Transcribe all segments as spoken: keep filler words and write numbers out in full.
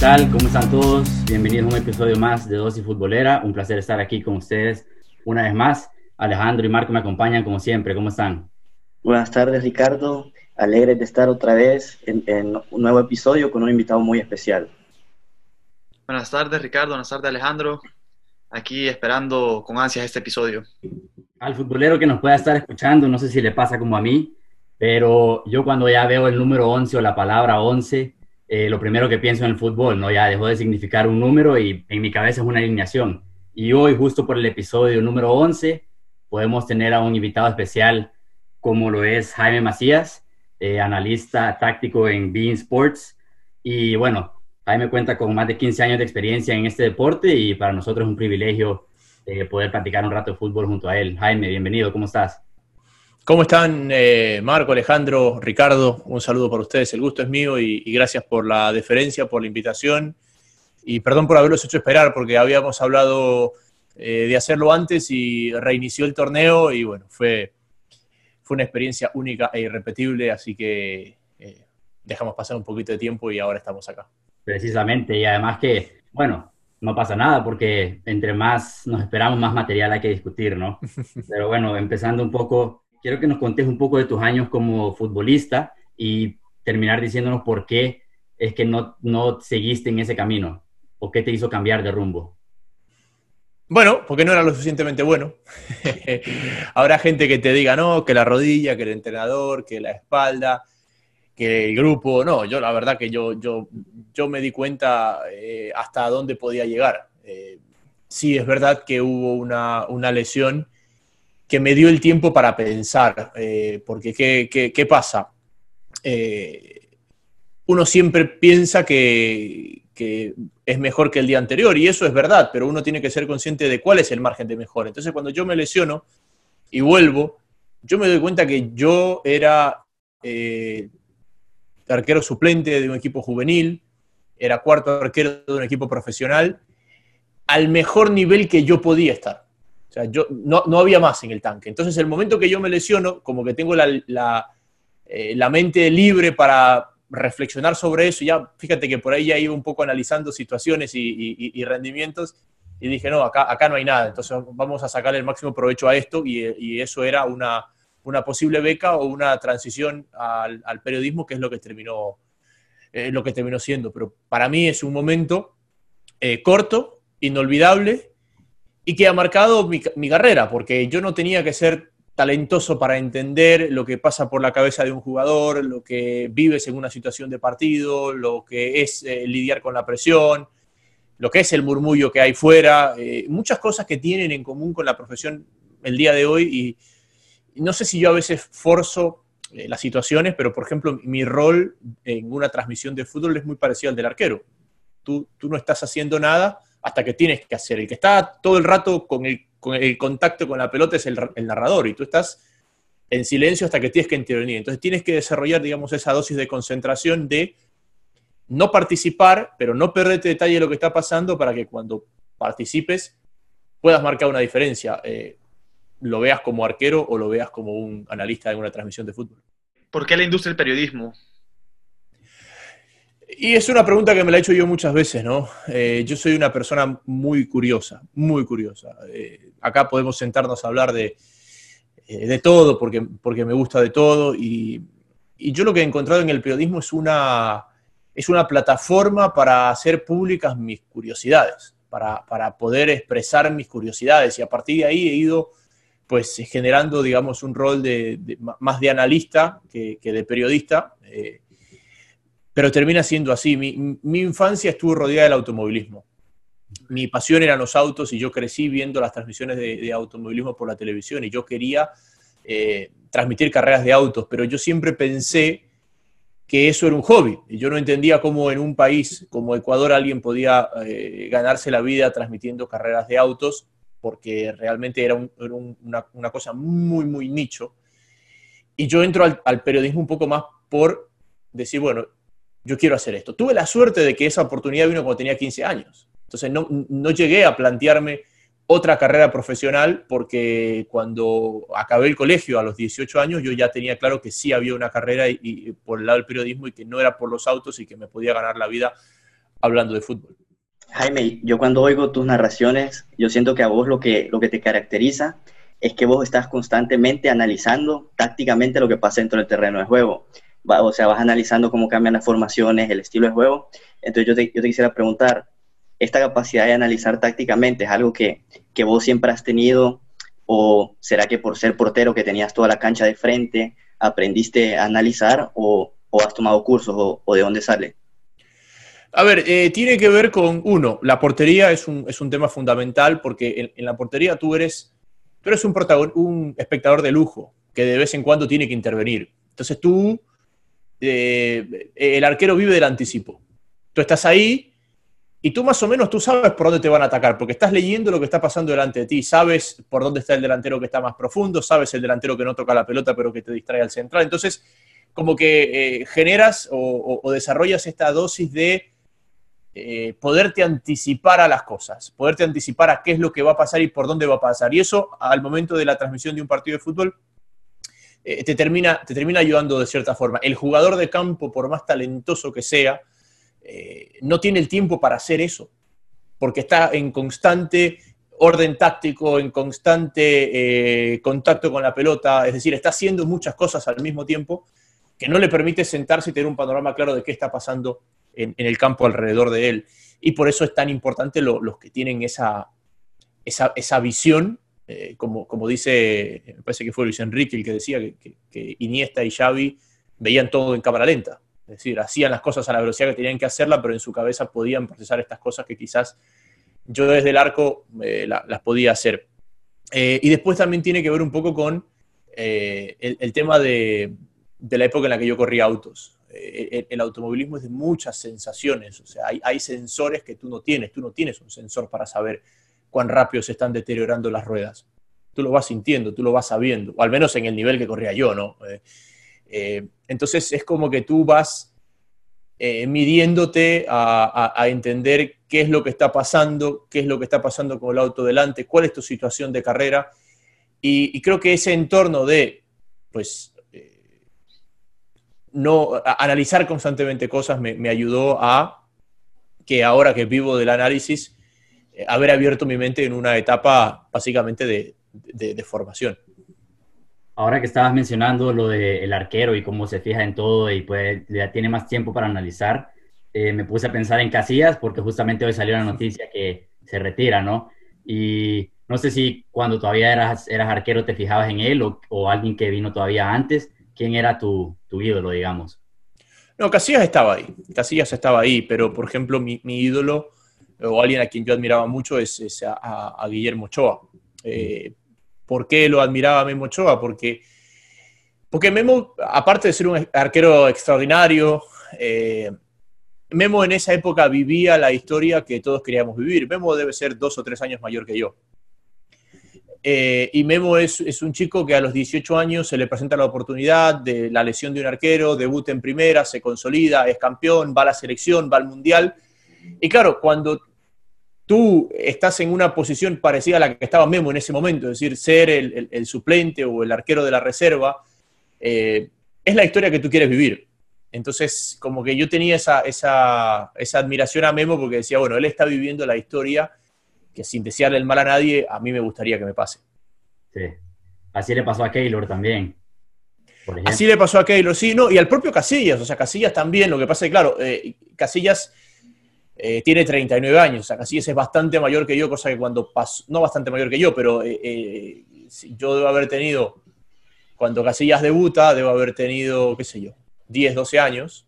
tal? ¿Cómo están todos? Bienvenidos a un episodio más de Dosis Futbolera. Un placer estar aquí con ustedes una vez más. Alejandro y Marco me acompañan como siempre. ¿Cómo están? Buenas tardes, Ricardo. Alegre de estar otra vez en, en un nuevo episodio con un invitado muy especial. Buenas tardes, Ricardo. Buenas tardes, Alejandro. Aquí esperando con ansias este episodio. Al futbolero que nos pueda estar escuchando, no sé si le pasa como a mí, pero yo cuando ya veo el número once o la palabra once, eh, lo primero que pienso en el fútbol, ¿no? Ya dejó de significar un número y en mi cabeza es una alineación. Y hoy, justo por el episodio número once, podemos tener a un invitado especial como lo es Jaime Macías, eh, analista táctico en beIN Sports. Y bueno, Jaime cuenta con más de quince años de experiencia en este deporte y para nosotros es un privilegio eh, poder platicar un rato de fútbol junto a él. Jaime, bienvenido, ¿cómo estás? ¿Cómo están, eh, Marco, Alejandro, Ricardo? Un saludo para ustedes, el gusto es mío y, y gracias por la deferencia, por la invitación y perdón por haberlos hecho esperar porque habíamos hablado eh, de hacerlo antes y reinició el torneo y bueno, fue, fue una experiencia única e irrepetible, así que eh, dejamos pasar un poquito de tiempo y ahora estamos acá. Precisamente, y además que, bueno, no pasa nada porque entre más nos esperamos, más material hay que discutir, ¿no? Pero bueno, empezando un poco, quiero que nos contes un poco de tus años como futbolista y terminar diciéndonos por qué es que no, no seguiste en ese camino o qué te hizo cambiar de rumbo. Bueno, porque no era lo suficientemente bueno. Habrá gente que te diga, no, que la rodilla, que el entrenador, que la espalda, que el grupo. No, yo la verdad que yo, yo, yo me di cuenta eh, hasta dónde podía llegar. Eh, sí, es verdad que hubo una, una lesión que me dio el tiempo para pensar, eh, porque ¿qué, qué, qué pasa? Eh, uno siempre piensa que, que es mejor que el día anterior, y eso es verdad, pero uno tiene que ser consciente de cuál es el margen de mejora. Entonces, cuando yo me lesiono y vuelvo, yo me doy cuenta que yo era eh, arquero suplente de un equipo juvenil, era cuarto arquero de un equipo profesional, al mejor nivel que yo podía estar. O sea, yo, no, no había más en el tanque. Entonces, el momento que yo me lesiono, como que tengo la, la, eh, la mente libre para reflexionar sobre eso, ya fíjate que por ahí ya iba un poco analizando situaciones y, y, y rendimientos, y dije, no, acá, acá no hay nada, entonces vamos a sacar el máximo provecho a esto, y, y eso era una, una posible beca o una transición al, al periodismo, que es lo que terminó, eh, lo que terminó siendo. Pero para mí es un momento eh, corto, inolvidable, y que ha marcado mi, mi carrera, porque yo no tenía que ser talentoso para entender lo que pasa por la cabeza de un jugador, lo que vives en una situación de partido, lo que es eh, lidiar con la presión, lo que es el murmullo que hay fuera, eh, muchas cosas que tienen en común con la profesión el día de hoy, y, y no sé si yo a veces forzo eh, las situaciones, pero por ejemplo mi rol en una transmisión de fútbol es muy parecido al del arquero. Tú, tú no estás haciendo nada hasta que tienes que hacer. El que está todo el rato con el, con el contacto con la pelota es el, el narrador, y tú estás en silencio hasta que tienes que intervenir. Entonces tienes que desarrollar, digamos, esa dosis de concentración de no participar, pero no perderte detalle de lo que está pasando para que cuando participes puedas marcar una diferencia, eh, lo veas como arquero o lo veas como un analista de una transmisión de fútbol. ¿Por qué la industria del periodismo? Y es una pregunta que me la he hecho yo muchas veces, ¿no? Eh, yo soy una persona muy curiosa, muy curiosa. Eh, acá podemos sentarnos a hablar de, eh, de todo, porque, porque me gusta de todo, y, y yo lo que he encontrado en el periodismo es una, es una plataforma para hacer públicas mis curiosidades, para, para poder expresar mis curiosidades, y a partir de ahí he ido pues generando, digamos, un rol de, de, más de analista que, que de periodista, eh, pero termina siendo así. Mi, mi infancia estuvo rodeada del automovilismo. Mi pasión eran los autos y yo crecí viendo las transmisiones de, de automovilismo por la televisión, y yo quería eh, transmitir carreras de autos, pero yo siempre pensé que eso era un hobby. Y yo no entendía cómo en un país como Ecuador alguien podía eh, ganarse la vida transmitiendo carreras de autos, porque realmente era, un, era un, una, una cosa muy, muy nicho. Y yo entro al, al periodismo un poco más por decir, bueno, yo quiero hacer esto. Tuve la suerte de que esa oportunidad vino cuando tenía quince años. Entonces no, no llegué a plantearme otra carrera profesional, porque cuando acabé el colegio a los dieciocho años yo ya tenía claro que sí había una carrera y, y por el lado del periodismo, y que no era por los autos, y que me podía ganar la vida hablando de fútbol. Jaime, yo cuando oigo tus narraciones, yo siento que a vos lo que, lo que te caracteriza es que vos estás constantemente analizando tácticamente lo que pasa dentro del terreno de juego. Va, o sea, vas analizando cómo cambian las formaciones, el estilo de juego. Entonces yo te, yo te quisiera preguntar, ¿esta capacidad de analizar tácticamente es algo que, que vos siempre has tenido? ¿O será que por ser portero que tenías toda la cancha de frente, aprendiste a analizar o, o has tomado cursos o, o de dónde sale? A ver, eh, tiene que ver con, uno, la portería es un, es un tema fundamental porque en, en la portería tú eres, tú eres un, protagon, un espectador de lujo que de vez en cuando tiene que intervenir. Entonces tú, eh, el arquero vive del anticipo. Tú estás ahí y tú más o menos tú sabes por dónde te van a atacar porque estás leyendo lo que está pasando delante de ti. Sabes por dónde está el delantero que está más profundo, sabes el delantero que no toca la pelota pero que te distrae al central. Entonces, como que eh, generas o, o, o desarrollas esta dosis de Eh, poderte anticipar a las cosas, poderte anticipar a qué es lo que va a pasar y por dónde va a pasar. Y eso, al momento de la transmisión de un partido de fútbol, eh, te, termina, te termina ayudando de cierta forma. El jugador de campo, por más talentoso que sea, eh, no tiene el tiempo para hacer eso, porque está en constante orden táctico, en constante eh, contacto con la pelota, es decir, está haciendo muchas cosas al mismo tiempo que no le permite sentarse y tener un panorama claro de qué está pasando En, en el campo alrededor de él. Y por eso es tan importante lo, los que tienen esa, esa, esa visión, eh, como, como dice, me parece que fue Luis Enrique el que decía que, que, que Iniesta y Xavi veían todo en cámara lenta. Es decir, hacían las cosas a la velocidad que tenían que hacerla, pero en su cabeza podían procesar estas cosas que quizás yo desde el arco eh, la, las podía hacer. Eh, y después también tiene que ver un poco con eh, el, el tema de, de la época en la que yo corría autos. El, el automovilismo es de muchas sensaciones, o sea, hay, hay sensores que tú no tienes, tú no tienes un sensor para saber cuán rápido se están deteriorando las ruedas. Tú lo vas sintiendo, tú lo vas sabiendo, o al menos en el nivel que corría yo, ¿no? Eh, eh, entonces es como que tú vas eh, midiéndote a, a, a entender qué es lo que está pasando, qué es lo que está pasando con el auto delante, cuál es tu situación de carrera, y, y creo que ese entorno de, pues, no a, analizar constantemente cosas me, me ayudó a que ahora que vivo del análisis, eh, haber abierto mi mente en una etapa básicamente de, de, de formación. Ahora que estabas mencionando lo del arquero y cómo se fija en todo y pues ya tiene más tiempo para analizar, eh, me puse a pensar en Casillas porque justamente hoy salió la noticia que se retira, ¿no? Y no sé si cuando todavía eras, eras arquero te fijabas en él o, o alguien que vino todavía antes. ¿Quién era tu, tu ídolo, digamos? No, Casillas estaba ahí, Casillas estaba ahí, pero por ejemplo mi, mi ídolo o alguien a quien yo admiraba mucho es, es a, a, a Guillermo Ochoa. Eh, ¿Por qué lo admiraba a Memo Ochoa? Porque, porque Memo, aparte de ser un arquero extraordinario, eh, Memo en esa época vivía la historia que todos queríamos vivir. Memo debe ser dos o tres años mayor que yo. Eh, y Memo es, es un chico que a los dieciocho años se le presenta la oportunidad de la lesión de un arquero, debuta en primera, se consolida, es campeón, va a la selección, va al mundial. Y claro, cuando tú estás en una posición parecida a la que estaba Memo en ese momento, es decir, ser el, el, el suplente o el arquero de la reserva, eh, es la historia que tú quieres vivir. Entonces, como que yo tenía esa, esa, esa admiración a Memo porque decía, bueno, él está viviendo la historia que sin desearle el mal a nadie, a mí me gustaría que me pase. Sí. Así le pasó a Keylor también, por ejemplo. Así le pasó a Keylor, sí, no, y al propio Casillas, o sea, Casillas también, lo que pasa es que, claro, eh, Casillas eh, tiene treinta y nueve años, o sea, Casillas es bastante mayor que yo, cosa que cuando pasó, no bastante mayor que yo, pero eh, eh, yo debo haber tenido, cuando Casillas debuta, debo haber tenido, qué sé yo, diez, doce años,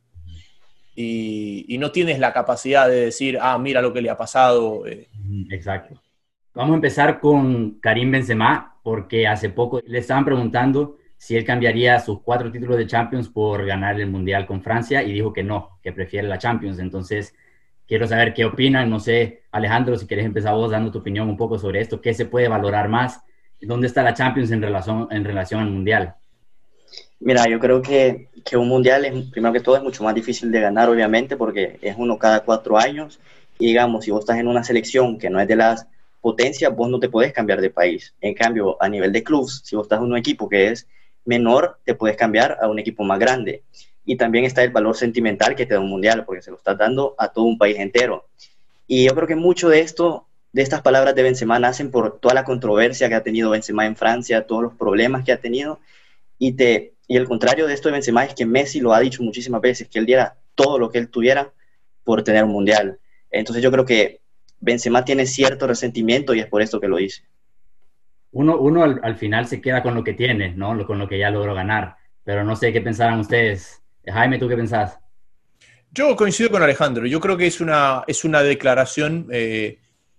y, y no tienes la capacidad de decir, ah, mira lo que le ha pasado. Eh. Exacto. Vamos a empezar con Karim Benzema, porque hace poco le estaban preguntando si él cambiaría sus cuatro títulos de Champions por ganar el Mundial con Francia, y dijo que no, que prefiere la Champions. Entonces, quiero saber qué opinan. No sé, Alejandro, si quieres empezar vos dando tu opinión un poco sobre esto. ¿Qué se puede valorar más? ¿Dónde está la Champions en relación, en relación al Mundial? Mira, yo creo que, que un mundial, es, primero que todo, es mucho más difícil de ganar, obviamente, porque es uno cada cuatro años. Y digamos, si vos estás en una selección que no es de las potencias, vos no te puedes cambiar de país. En cambio, a nivel de clubes, si vos estás en un equipo que es menor, te puedes cambiar a un equipo más grande. y también está el valor sentimental que te da un mundial, porque se lo estás dando a todo un país entero. Y yo creo que mucho de esto, de estas palabras de Benzema, nacen por toda la controversia que ha tenido Benzema en Francia, todos los problemas que ha tenido, y, te, y el contrario de esto de Benzema es que Messi lo ha dicho muchísimas veces, que él diera todo lo que él tuviera por tener un mundial. Entonces yo creo que Benzema tiene cierto resentimiento y es por esto que lo dice. Uno, uno al, al final se queda con lo que tiene, ¿no? Con lo que ya logró ganar, pero no sé qué pensarán ustedes. Jaime, ¿tú qué pensás? Yo coincido con Alejandro. Yo creo que es una, es una declaración eh,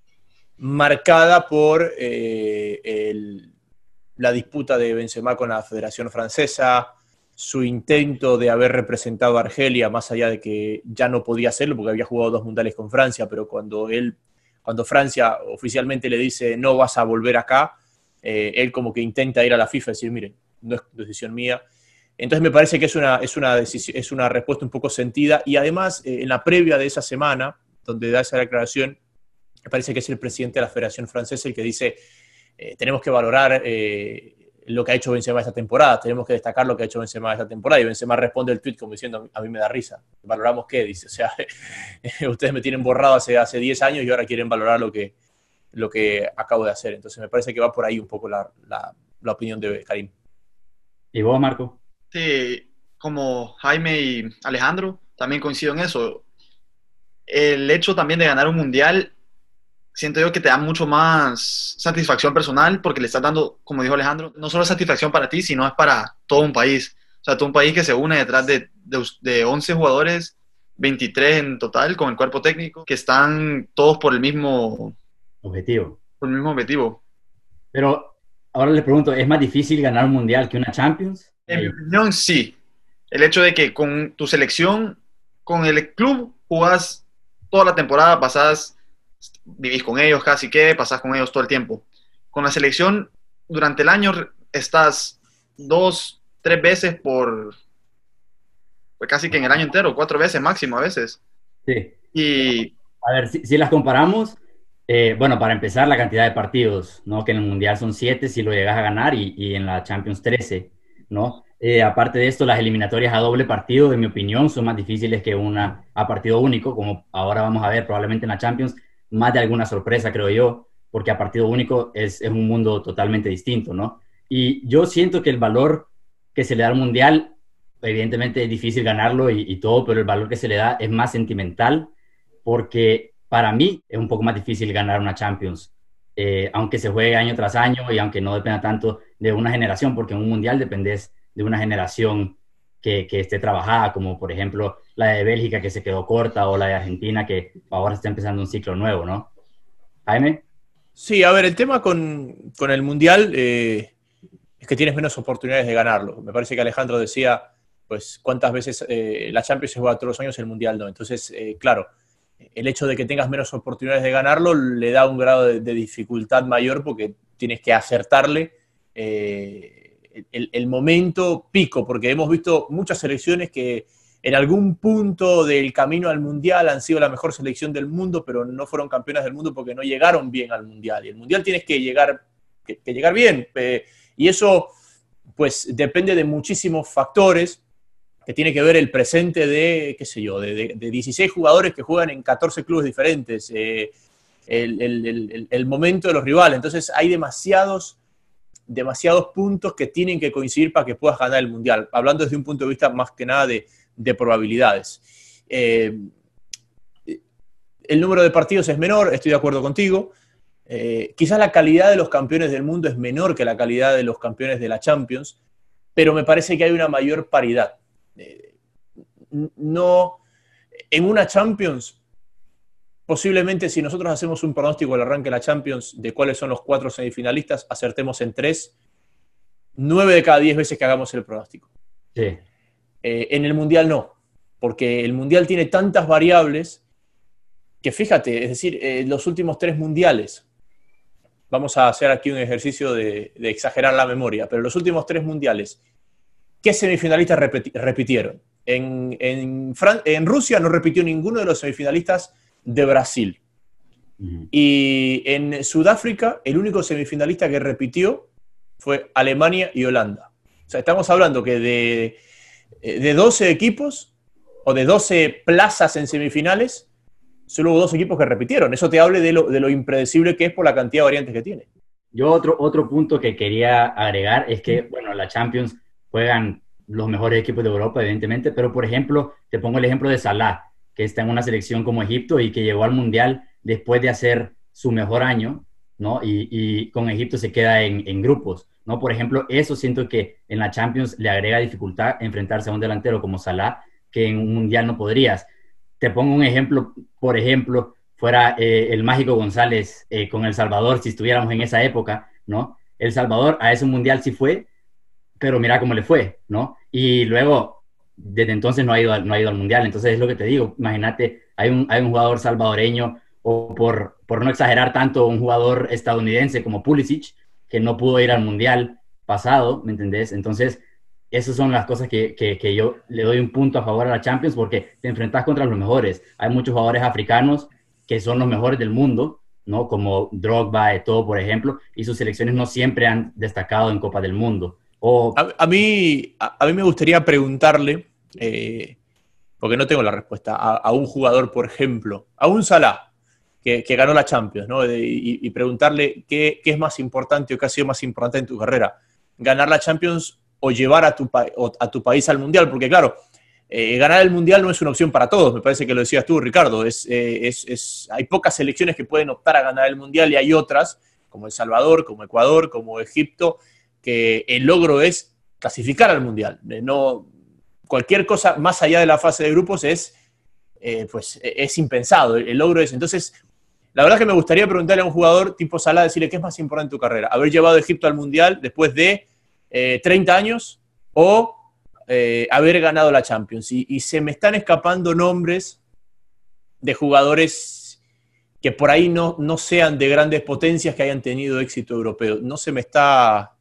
marcada por eh, el, la disputa de Benzema con la Federación Francesa, su intento de haber representado a Argelia, más allá de que ya no podía hacerlo porque había jugado dos mundiales con Francia, pero cuando él, cuando Francia oficialmente le dice no vas a volver acá, eh, él como que intenta ir a la FIFA y decir, miren, no es decisión mía. Entonces me parece que es una, es una, decisión, es una respuesta un poco sentida, y además eh, en la previa de esa semana, donde da esa declaración, me parece que es el presidente de la Federación Francesa el que dice eh, tenemos que valorar eh, lo que ha hecho Benzema esta temporada, tenemos que destacar lo que ha hecho Benzema esta temporada, y Benzema responde el tuit como diciendo, a mí me da risa, ¿valoramos qué? Dice, o sea, ustedes me tienen borrado hace, hace diez años y ahora quieren valorar lo que, lo que acabo de hacer. Entonces me parece que va por ahí un poco la, la, la opinión de Karim. ¿Y vos, Marco? Sí, como Jaime y Alejandro, también coincido en eso. El hecho también de ganar un mundial, siento yo que te da mucho más satisfacción personal, porque le estás dando, como dijo Alejandro, no solo satisfacción para ti, sino es para todo un país. O sea, todo un país que se une detrás de, de, de once jugadores, veintitrés en total, con el cuerpo técnico, que están todos por el mismo objetivo. Por el mismo objetivo. Pero ahora les pregunto, ¿es más difícil ganar un mundial que una Champions? En mi opinión, sí. El hecho de que con tu selección, con el club, jugás toda la temporada, pasás, vivís con ellos casi que, pasás con ellos todo el tiempo. Con la selección, durante el año estás dos, tres veces por, pues casi que en el año entero, cuatro veces máximo a veces. Sí. Y a ver, si, si las comparamos, eh, bueno, para empezar, la cantidad de partidos, ¿no? Que en el Mundial son siete si lo llegas a ganar, y, y en la Champions trece, ¿no? Eh, aparte de esto, las eliminatorias a doble partido, en mi opinión, son más difíciles que una a partido único, como ahora vamos a ver probablemente en la Champions, más de alguna sorpresa, creo yo, porque a partido único es, es un mundo totalmente distinto, ¿no? Y yo siento que el valor que se le da al Mundial, evidentemente es difícil ganarlo y, y todo, pero el valor que se le da es más sentimental, porque para mí es un poco más difícil ganar una Champions, eh, aunque se juegue año tras año y aunque no dependa tanto de una generación, porque en un Mundial dependes de una generación que, que esté trabajada, como por ejemplo la de Bélgica, que se quedó corta, o la de Argentina, que ahora está empezando un ciclo nuevo, ¿no? Jaime. Sí, a ver, el tema con, con el Mundial eh, es que tienes menos oportunidades de ganarlo. Me parece que Alejandro decía, pues, cuántas veces eh, la Champions se juega todos los años, el Mundial no. Entonces, eh, claro, el hecho de que tengas menos oportunidades de ganarlo le da un grado de, de dificultad mayor, porque tienes que acertarle eh, el, el momento pico, porque hemos visto muchas selecciones que en algún punto del camino al Mundial han sido la mejor selección del mundo, pero no fueron campeonas del mundo porque no llegaron bien al Mundial. Y el Mundial tienes que llegar, que, que llegar bien. Eh, y eso, pues, depende de muchísimos factores, que tiene que ver el presente de, qué sé yo, de, de, de dieciséis jugadores que juegan en catorce clubes diferentes, eh, el, el, el, el momento de los rivales. Entonces hay demasiados, demasiados puntos que tienen que coincidir para que puedas ganar el Mundial, hablando desde un punto de vista más que nada de, de probabilidades. Eh, el número de partidos es menor, estoy de acuerdo contigo. Eh, quizás la calidad de los campeones del mundo es menor que la calidad de los campeones de la Champions, pero me parece que hay una mayor paridad. Eh, no, en una Champions, posiblemente si nosotros hacemos un pronóstico al arranque de la Champions de cuáles son los cuatro semifinalistas, acertemos en tres, nueve de cada diez veces que hagamos el pronóstico. Sí. Eh, en el Mundial no, porque el Mundial tiene tantas variables que, fíjate, es decir, eh, los últimos tres mundiales, vamos a hacer aquí un ejercicio de, de exagerar la memoria, pero los últimos tres mundiales, ¿qué semifinalistas repeti- repitieron? En, en, Fran- en Rusia no repitió ninguno de los semifinalistas de Brasil. Uh-huh. Y en Sudáfrica, el único semifinalista que repitió fue Alemania y Holanda. O sea, estamos hablando que de, eh, de doce equipos o de doce plazas en semifinales, solo hubo dos equipos que repitieron. Eso te habla de lo, de lo impredecible que es por la cantidad de variantes que tiene. Yo otro, otro punto que quería agregar es que, bueno, la Champions juegan los mejores equipos de Europa, evidentemente, pero, por ejemplo, te pongo el ejemplo de Salah, que está en una selección como Egipto y que llegó al Mundial después de hacer su mejor año, ¿no? Y, y con Egipto se queda en, en grupos, ¿no? Por ejemplo, eso siento que en la Champions le agrega dificultad enfrentarse a un delantero como Salah, que en un Mundial no podrías. Te pongo un ejemplo, por ejemplo, fuera eh, el Mágico González eh, con El Salvador, si estuviéramos en esa época, ¿no? El Salvador a ese Mundial sí fue, pero mira cómo le fue, ¿no? Y luego, desde entonces no ha ido, al, no ha ido al Mundial. Entonces es lo que te digo, imagínate, hay un, hay un jugador salvadoreño, o por, por no exagerar tanto, un jugador estadounidense como Pulisic, que no pudo ir al Mundial pasado, ¿me entendés? Entonces, esas son las cosas que, que, que yo le doy un punto a favor a la Champions, porque te enfrentas contra los mejores. Hay muchos jugadores africanos que son los mejores del mundo, ¿no? Como Drogba, Eto'o, por ejemplo, y sus selecciones no siempre han destacado en Copa del Mundo. O... A, a, mí, a, a mí me gustaría preguntarle, eh, porque no tengo la respuesta, a, a un jugador, por ejemplo, a un Salah, que, que ganó la Champions, ¿no? De, y, y preguntarle qué, qué es más importante o qué ha sido más importante en tu carrera, ganar la Champions o llevar a tu, o a tu país al Mundial, porque claro, eh, ganar el Mundial no es una opción para todos, me parece que lo decías tú, Ricardo, es, eh, es, es, hay pocas selecciones que pueden optar a ganar el Mundial y hay otras, como El Salvador, como Ecuador, como Egipto, que el logro es clasificar al Mundial. No, cualquier cosa más allá de la fase de grupos es, eh, pues, es impensado, el logro es, entonces, la verdad es que me gustaría preguntarle a un jugador tipo Salah, decirle qué es más importante en tu carrera, haber llevado a Egipto al Mundial después de eh, treinta años o Eh, haber ganado la Champions. Y, y se me están escapando nombres de jugadores que por ahí no, no sean de grandes potencias que hayan tenido éxito europeo. No se me está...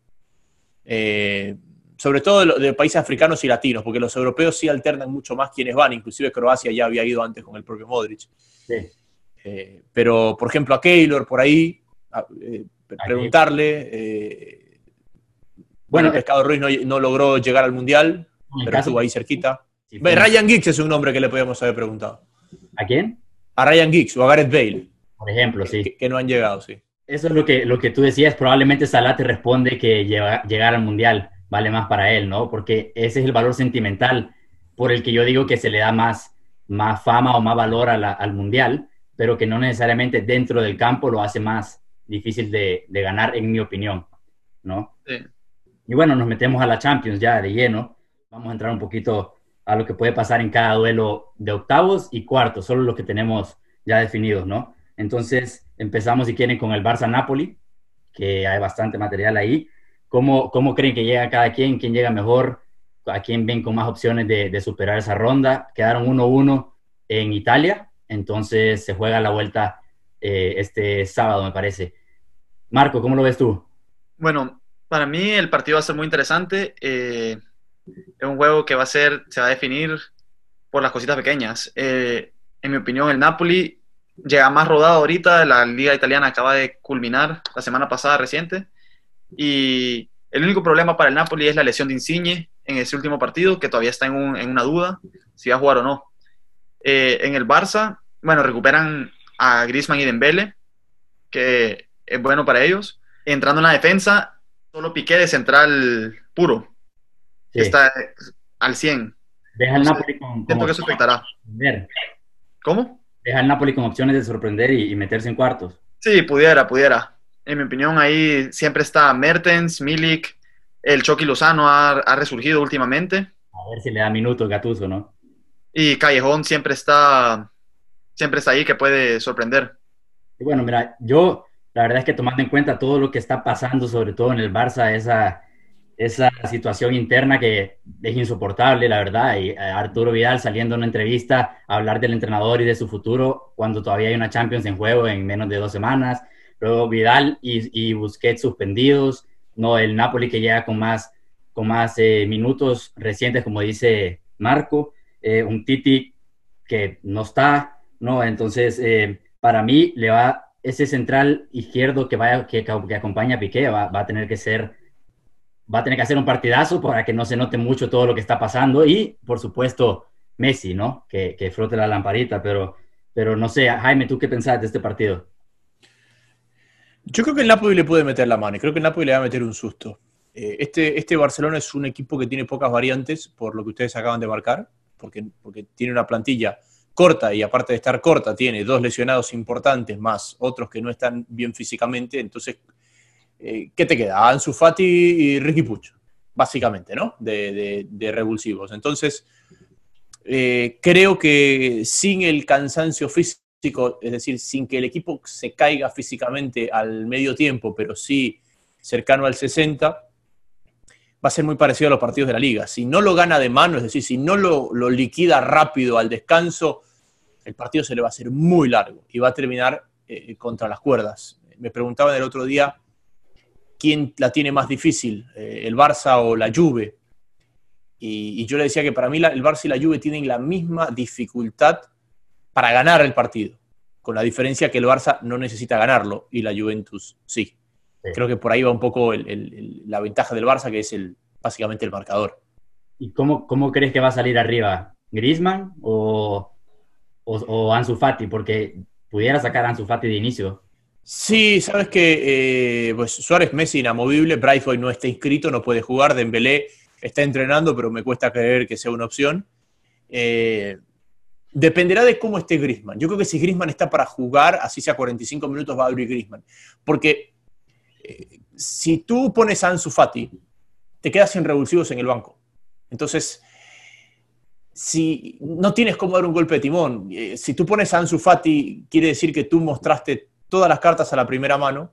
Eh, sobre todo de, de países africanos y latinos, porque los europeos sí alternan mucho más quienes van. Inclusive Croacia ya había ido antes con el propio Modric. Sí. Eh, pero, por ejemplo, a Keylor, por ahí, a, eh, preguntarle... Eh, bueno, el Pescado Ruiz no, no logró llegar al Mundial, pero estuvo ahí cerquita. Sí, Ryan Giggs es un nombre que le podíamos haber preguntado. ¿A quién? A Ryan Giggs o a Gareth Bale. Por ejemplo, sí. Que, que no han llegado, sí. Eso es lo que, lo que tú decías. Probablemente Salah te responde que lleva, llegar al Mundial vale más para él, ¿no? Porque ese es el valor sentimental por el que yo digo que se le da más, más fama o más valor a la, al Mundial, pero que no necesariamente dentro del campo lo hace más difícil de, de ganar, en mi opinión, ¿no? Sí. Y bueno, nos metemos a la Champions ya de lleno. Vamos a entrar un poquito a lo que puede pasar en cada duelo de octavos y cuartos, solo los que tenemos ya definidos, ¿no? Entonces, empezamos, si quieren, con el Barça-Napoli, que hay bastante material ahí. ¿Cómo, cómo creen que llega cada quien? ¿Quién llega mejor? ¿A quién ven con más opciones de, de superar esa ronda? Quedaron uno uno en Italia, entonces se juega la vuelta eh, este sábado, me parece. Marco, ¿cómo lo ves tú? Bueno, para mí el partido va a ser muy interesante. Eh... Es un juego que va a ser, se va a definir por las cositas pequeñas. Eh, en mi opinión, el Napoli llega más rodado ahorita. La liga italiana acaba de culminar la semana pasada reciente. Y el único problema para el Napoli es la lesión de Insigne en ese último partido, que todavía está en, un, en una duda si va a jugar o no. Eh, en el Barça, bueno, recuperan a Griezmann y Dembélé, que es bueno para ellos. Entrando en la defensa, solo Piqué de central puro. Sí. Está al cien. Deja el Napoli con, con siento que eso afectará. ¿Cómo? Deja el Napoli con opciones de sorprender y, y meterse en cuartos. Sí, pudiera, pudiera. En mi opinión, ahí siempre está Mertens, Milik, el Chucky Lozano ha, ha resurgido últimamente. A ver si le da minutos Gattuso, ¿no? Y Callejón siempre está, siempre está ahí que puede sorprender. Y bueno, mira, yo la verdad es que tomando en cuenta todo lo que está pasando, sobre todo en el Barça, esa... esa situación interna que es insoportable, la verdad, y Arturo Vidal saliendo en una entrevista a hablar del entrenador y de su futuro cuando todavía hay una Champions en juego en menos de dos semanas, luego Vidal y, y Busquets suspendidos, no, el Napoli que llega con más, con más eh, minutos recientes, como dice Marco, eh, un Titi que no está, ¿no? Entonces, eh, para mí, le va ese central izquierdo que, vaya, que, que acompaña a Piqué, va, va a tener que ser va a tener que hacer un partidazo para que no se note mucho todo lo que está pasando. Y, por supuesto, Messi, ¿no? Que, que frote la lamparita. Pero, pero no sé, Jaime, ¿tú qué pensás de este partido? Yo creo que el Napoli le puede meter la mano y creo que el Napoli le va a meter un susto. Eh, este, este Barcelona es un equipo que tiene pocas variantes, por lo que ustedes acaban de marcar, porque, porque tiene una plantilla corta y aparte de estar corta tiene dos lesionados importantes más otros que no están bien físicamente. Entonces, eh, ¿qué te queda? Ansu Fati y Riqui Puig, básicamente, ¿no? De, de, de revulsivos. Entonces, eh, creo que sin el cansancio físico, es decir, sin que el equipo se caiga físicamente al medio tiempo, pero sí cercano al sesenta, va a ser muy parecido a los partidos de la Liga. Si no lo gana de mano, es decir, si no lo, lo liquida rápido al descanso, el partido se le va a hacer muy largo y va a terminar eh, contra las cuerdas. Me preguntaban el otro día quién la tiene más difícil, eh, el Barça o la Juve. Y, y yo le decía que para mí la, el Barça y la Juve tienen la misma dificultad para ganar el partido, con la diferencia que el Barça no necesita ganarlo y la Juventus sí. Sí. Creo que por ahí va un poco el, el, el, la ventaja del Barça, que es el, básicamente el marcador. ¿Y cómo, cómo crees que va a salir arriba? ¿Griezmann o, o, o Ansu Fati? Porque pudiera sacar a Ansu Fati de inicio. Sí, sabes que eh, pues Suárez, Messi inamovible, Braithwaite no está inscrito, no puede jugar, Dembélé está entrenando, pero me cuesta creer que sea una opción. Eh, dependerá de cómo esté Griezmann. Yo creo que si Griezmann está para jugar, así sea cuarenta y cinco minutos, va a abrir Griezmann. Porque eh, si tú pones a Ansu Fati, te quedas sin revulsivos en el banco. Entonces, si no tienes cómo dar un golpe de timón, eh, si tú pones a Ansu Fati, quiere decir que tú mostraste todas las cartas a la primera mano,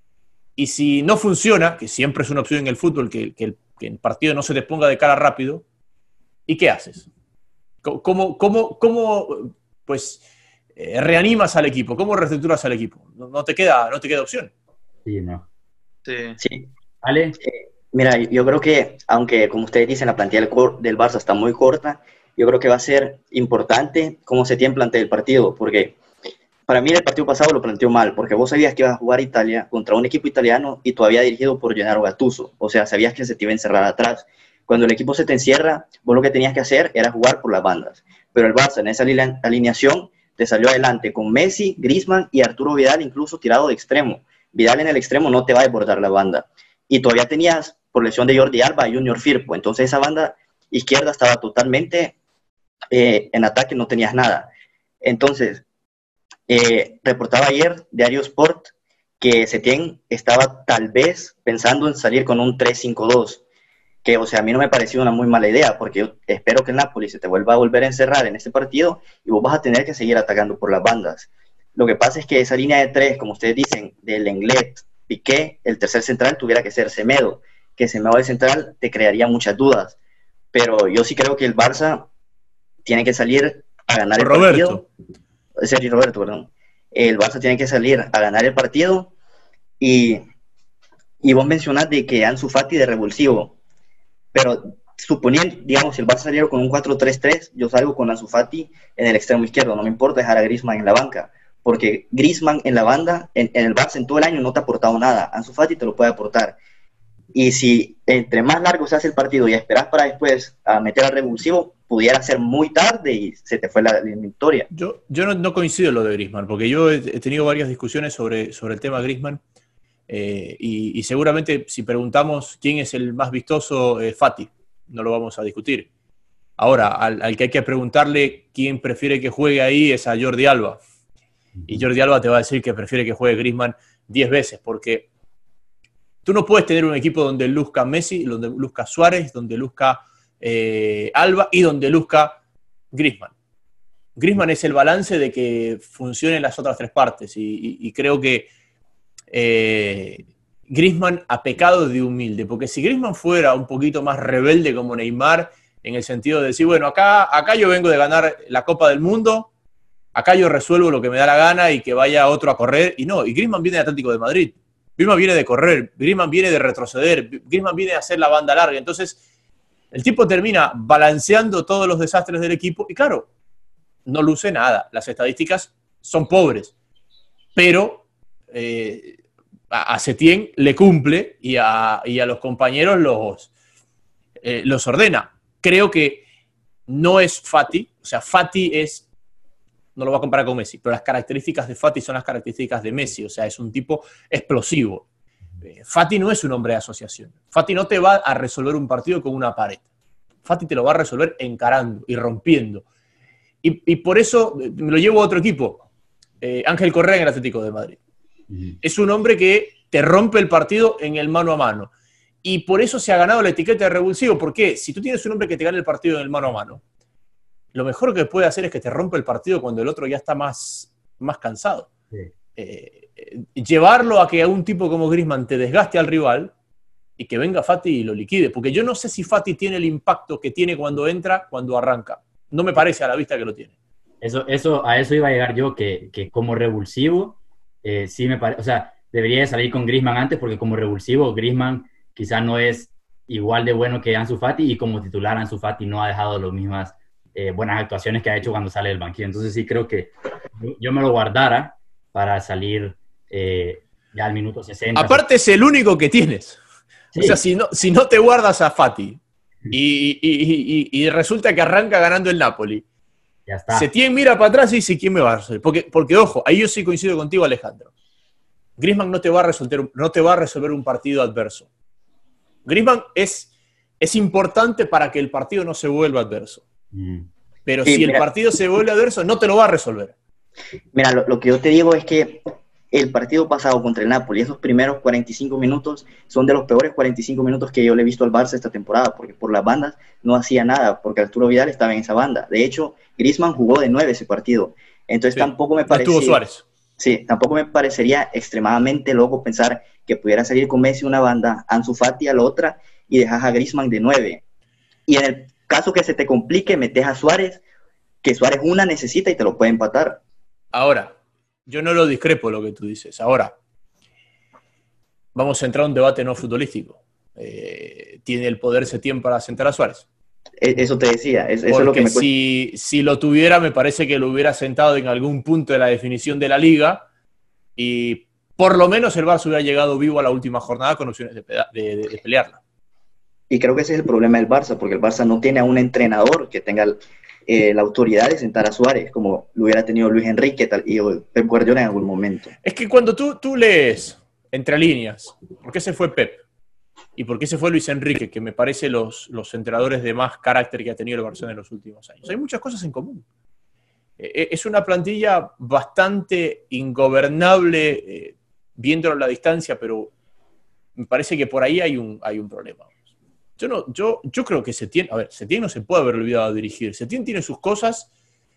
y si no funciona, que siempre es una opción en el fútbol, que, que, el, que el partido no se te ponga de cara rápido, ¿y qué haces? ¿Cómo, cómo, cómo pues, eh, reanimas al equipo? ¿Cómo reestructuras al equipo? No, no, te queda, no te queda opción. Sí, no. Sí. sí. ¿Ale? Eh, mira, yo creo que, aunque como ustedes dicen, la plantilla del, del Barça está muy corta, yo creo que va a ser importante cómo se tiene plantea el partido, porque para mí el partido pasado lo planteó mal, porque vos sabías que ibas a jugar Italia contra un equipo italiano y todavía dirigido por Gennaro Gattuso, o sea, sabías que se te iba a encerrar atrás. Cuando el equipo se te encierra, vos lo que tenías que hacer era jugar por las bandas, pero el Barça en esa alineación te salió adelante con Messi, Griezmann y Arturo Vidal incluso tirado de extremo. Vidal en el extremo no te va a desbordar la banda, y todavía tenías, por lesión de Jordi Alba, a Junior Firpo, entonces esa banda izquierda estaba totalmente eh, en ataque, no tenías nada. Entonces, Eh, reportaba ayer Diario Sport que Setién estaba tal vez pensando en salir con un tres cinco dos, que o sea, a mí no me pareció una muy mala idea, porque yo espero que el Napoli se te vuelva a volver a encerrar en este partido y vos vas a tener que seguir atacando por las bandas. Lo que pasa es que esa línea de tres, como ustedes dicen, de Lenglet, Piqué, el tercer central tuviera que ser Semedo, que Semedo de central te crearía muchas dudas, pero yo sí creo que el Barça tiene que salir a ganar el Roberto. partido. Sergio Roberto, perdón. El Barça tiene que salir a ganar el partido y, y vos mencionás de que Ansu Fati de revulsivo, pero suponiendo, digamos, si el Barça saliera con un cuatro tres tres, yo salgo con Ansu Fati en el extremo izquierdo, no me importa dejar a Griezmann en la banca, porque Griezmann en la banda, en, en el Barça en todo el año no te ha aportado nada, Ansu Fati te lo puede aportar. Y si entre más largo se hace el partido y esperás para después a meter al revulsivo, pudiera ser muy tarde y se te fue la, la victoria. Yo, yo no, no coincido en lo de Griezmann, porque yo he, he tenido varias discusiones sobre, sobre el tema Griezmann, eh, y, y seguramente si preguntamos quién es el más vistoso, eh, Fati, no lo vamos a discutir. Ahora, al, al que hay que preguntarle quién prefiere que juegue ahí es a Jordi Alba. Y Jordi Alba te va a decir que prefiere que juegue Griezmann diez veces, porque tú no puedes tener un equipo donde luzca Messi, donde luzca Suárez, donde luzca eh, Alba y donde luzca Griezmann. Griezmann es el balance de que funcionen las otras tres partes y, y, y creo que eh, Griezmann ha pecado de humilde, porque si Griezmann fuera un poquito más rebelde como Neymar, en el sentido de decir, bueno, acá, acá yo vengo de ganar la Copa del Mundo, acá yo resuelvo lo que me da la gana y que vaya otro a correr, y no, y Griezmann viene de Atlético de Madrid. Griezmann viene de correr, Griezmann viene de retroceder, Griezmann viene de hacer la banda larga. Entonces, el tipo termina balanceando todos los desastres del equipo y claro, no luce nada. Las estadísticas son pobres, pero eh, a, a Setién le cumple y a, y a los compañeros los, eh, los ordena. Creo que no es Fati, o sea, Fati es, no lo voy a comparar con Messi, pero las características de Fati son las características de Messi, o sea, es un tipo explosivo. Eh, Fati no es un hombre de asociación. Fati no te va a resolver un partido con una pared. Fati te lo va a resolver encarando y rompiendo. Y, y por eso me lo llevo a otro equipo, eh, Ángel Correa en el Atlético de Madrid. Uh-huh. Es un hombre que te rompe el partido en el mano a mano. Y por eso se ha ganado la etiqueta de revulsivo. Porque si tú tienes un hombre que te gana el partido en el mano a mano, lo mejor que puede hacer es que te rompe el partido cuando el otro ya está más, más cansado. Sí. Eh, eh, llevarlo a que a un tipo como Griezmann te desgaste al rival y que venga Fati y lo liquide. Porque yo no sé si Fati tiene el impacto que tiene cuando entra, cuando arranca. No me parece a la vista que lo tiene. Eso, eso, a eso iba a llegar yo, que, que como revulsivo, eh, sí me parece, o sea, debería de salir con Griezmann antes, porque como revulsivo, Griezmann quizás no es igual de bueno que Ansu Fati, y como titular Ansu Fati no ha dejado las mismas eh, buenas actuaciones que ha hecho cuando sale del banquillo. Entonces sí creo que yo me lo guardara para salir eh, ya al minuto sesenta. Aparte es el único que tienes. Sí. O sea, si no, si no te guardas a Fati y, y, y, y, y resulta que arranca ganando el Napoli, ya está. Setién mira para atrás y dice, ¿quién me va a resolver? Porque, porque, ojo, ahí yo sí coincido contigo, Alejandro. Griezmann no te va a resolver, no te va a resolver un partido adverso. Griezmann es, es importante para que el partido no se vuelva adverso. Mm. Pero sí, si mira, el partido se vuelve adverso, no te lo va a resolver. Mira, lo, lo que yo te digo es que el partido pasado contra el Napoli, esos primeros cuarenta y cinco minutos son de los peores cuarenta y cinco minutos que yo le he visto al Barça esta temporada, porque por las bandas no hacía nada, porque Arturo Vidal estaba en esa banda. De hecho, Griezmann jugó de nueve ese partido. Entonces sí, tampoco me parecía... Estuvo Suárez. Sí, tampoco me parecería extremadamente loco pensar que pudiera salir con Messi una banda, Ansu Fati a la otra, y dejas a Griezmann de nueve. Y en el caso que se te complique, metes a Suárez, que Suárez una necesita y te lo puede empatar. Ahora, yo no lo discrepo lo que tú dices. Ahora, vamos a entrar a un debate no futbolístico. Eh, ¿Tiene el poder Setién para sentar a Suárez? Eso te decía, eso Porque es lo que me si, si lo tuviera, me parece que lo hubiera sentado en algún punto de la definición de la liga y por lo menos el Barça hubiera llegado vivo a la última jornada con opciones de, de, de, de pelearla. Y creo que ese es el problema del Barça, porque el Barça no tiene a un entrenador que tenga eh, la autoridad de sentar a Suárez, como lo hubiera tenido Luis Enrique tal, y Pep Guardiola en algún momento. Es que cuando tú, tú lees entre líneas, ¿por qué se fue Pep? ¿Y por qué se fue Luis Enrique? Que me parece los, los entrenadores de más carácter que ha tenido el Barcelona en los últimos años. Hay muchas cosas en común. Eh, es una plantilla bastante ingobernable, eh, viéndolo a la distancia, pero me parece que por ahí hay un, hay un problema. Yo, no, yo, yo creo que Setién, a ver, Setién no se puede haber olvidado de dirigir. Setién tiene sus cosas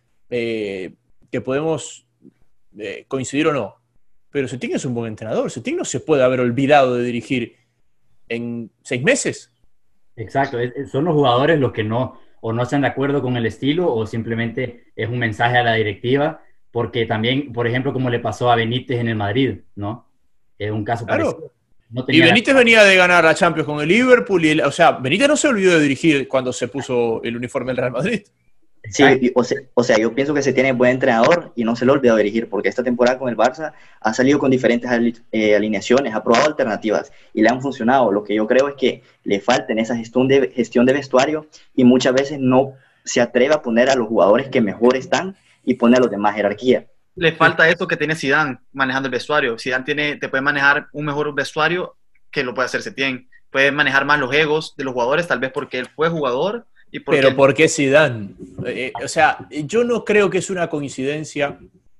eh, que podemos eh, coincidir o no, pero Setién es un buen entrenador. Setién no se puede haber olvidado de dirigir en seis meses. Exacto, es, son los jugadores los que no, o no están de acuerdo con el estilo, o simplemente es un mensaje a la directiva, porque también, por ejemplo, como le pasó a Benítez en el Madrid, ¿no? Es un caso claro. parecido. No tenía y Benítez la... venía de ganar la Champions con el Liverpool, y el, o sea, Benítez no se olvidó de dirigir cuando se puso el uniforme del Real Madrid. Sí, o sea, o sea, yo pienso que se tiene buen entrenador y no se le olvidó dirigir, porque esta temporada con el Barça ha salido con diferentes eh, alineaciones, ha probado alternativas y le han funcionado. Lo que yo creo es que le falta en esa gestión de, gestión de vestuario y muchas veces no se atreve a poner a los jugadores que mejor están y pone a los demás jerarquía. Le falta eso que tiene Zidane manejando el vestuario. Zidane tiene, te puede manejar un mejor vestuario que lo puede hacer Setién. Puede manejar más los egos de los jugadores, tal vez porque él fue jugador. ¿Y por Pero qué? ¿por qué Zidane? Eh, o sea, yo no creo que es una coincidencia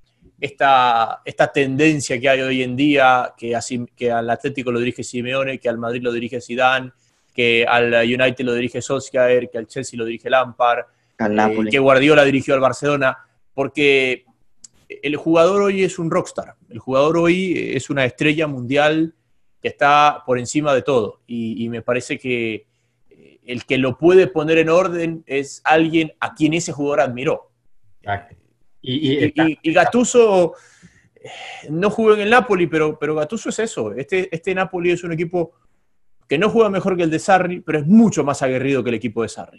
esta, esta tendencia que hay hoy en día, que, así, que al Atlético lo dirige Simeone, que al Madrid lo dirige Zidane, que al United lo dirige Solskjaer, que al Chelsea lo dirige Lampard, al Napoli. Eh, que Guardiola dirigió al Barcelona, porque el jugador hoy es un rockstar, el jugador hoy es una estrella mundial que está por encima de todo, y, y me parece que el que lo puede poner en orden es alguien a quien ese jugador admiró. Exacto. Y, y, y, y Gattuso no jugó en el Napoli, pero, pero Gattuso es eso. Este, este Napoli es un equipo que no juega mejor que el de Sarri, pero es mucho más aguerrido que el equipo de Sarri.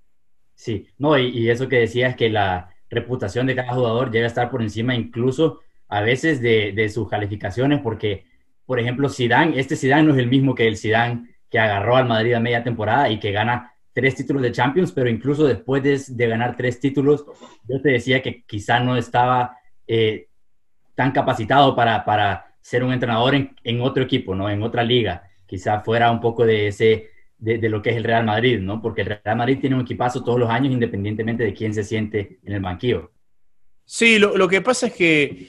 Sí, no, y, y eso que decías, que la reputación de cada jugador llega a estar por encima incluso a veces de, de sus calificaciones, porque por ejemplo, Zidane, este Zidane no es el mismo que el Zidane que agarró al Madrid a media temporada y que gana tres títulos de Champions, pero incluso después de, de ganar tres títulos, yo te decía que quizá no estaba eh, tan capacitado para, para ser un entrenador en, en otro equipo, ¿no? En otra liga. Quizá fuera un poco de ese, de, de lo que es el Real Madrid, ¿no? Porque el Real Madrid tiene un equipazo todos los años, independientemente de quién se siente en el banquillo. Sí, lo, lo que pasa es que,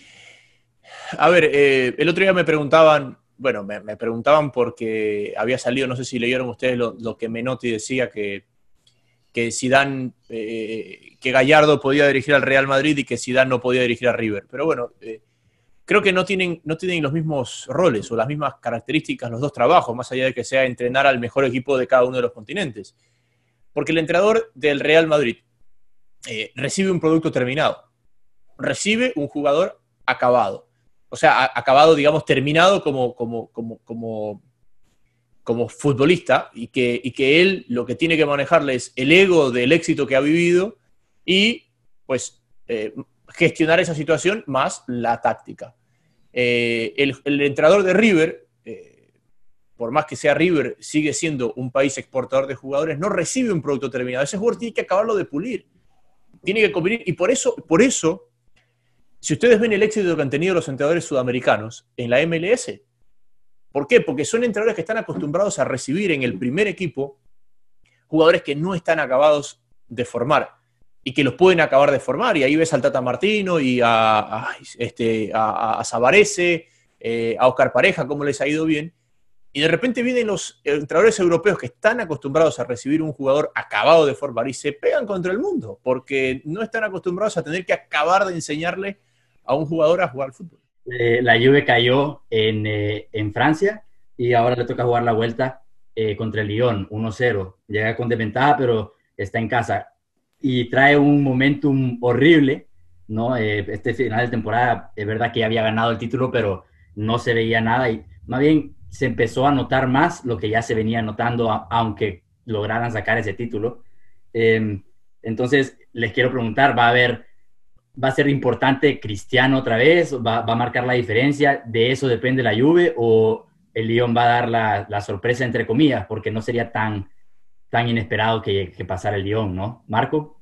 a ver, eh, el otro día me preguntaban, bueno, me, me preguntaban porque había salido, no sé si leyeron ustedes lo, lo que Menotti decía, que, que Zidane, eh, que Gallardo podía dirigir al Real Madrid y que Zidane no podía dirigir a River. Pero bueno, eh, creo que no tienen, no tienen los mismos roles o las mismas características los dos trabajos, más allá de que sea entrenar al mejor equipo de cada uno de los continentes. Porque el entrenador del Real Madrid eh, recibe un producto terminado, recibe un jugador acabado. O sea, a, acabado, digamos, terminado como, como, como, como, como futbolista y que, y que él lo que tiene que manejarle es el ego del éxito que ha vivido y, pues, eh, gestionar esa situación más la táctica. Eh, el, el entrenador de River, eh, por más que sea River, sigue siendo un país exportador de jugadores, no recibe un producto terminado. Ese jugador tiene que acabarlo de pulir. Tiene que convenir, y por eso, por eso, si ustedes ven el éxito que han tenido los entrenadores sudamericanos en la M L S, ¿por qué? Porque son entrenadores que están acostumbrados a recibir en el primer equipo jugadores que no están acabados de formar y que los pueden acabar de formar. Y ahí ves al Tata Martino y a, a, este, a, a Savarese, eh, a Oscar Pareja, cómo les ha ido bien. Y de repente vienen los entrenadores europeos que están acostumbrados a recibir un jugador acabado de formar y se pegan contra el mundo porque no están acostumbrados a tener que acabar de enseñarle a un jugador a jugar al fútbol. Eh, la Juve cayó en, eh, en Francia y ahora le toca jugar la vuelta eh, contra el Lyon, uno cero. Llega con desventaja, pero está en casa. Y trae un momentum horrible, ¿no? Eh, este final de temporada, es verdad que ya había ganado el título, pero no se veía nada. Y más bien se empezó a notar más lo que ya se venía notando, a, aunque lograran sacar ese título. Eh, entonces, les quiero preguntar, ¿va a haber... ¿Va a ser importante Cristiano otra vez? ¿Va, va a marcar la diferencia? ¿De eso depende la Juve? ¿O el Lyon va a dar la, la sorpresa, entre comillas? Porque no sería tan, tan inesperado que, que pasara el Lyon, ¿no? ¿Marco?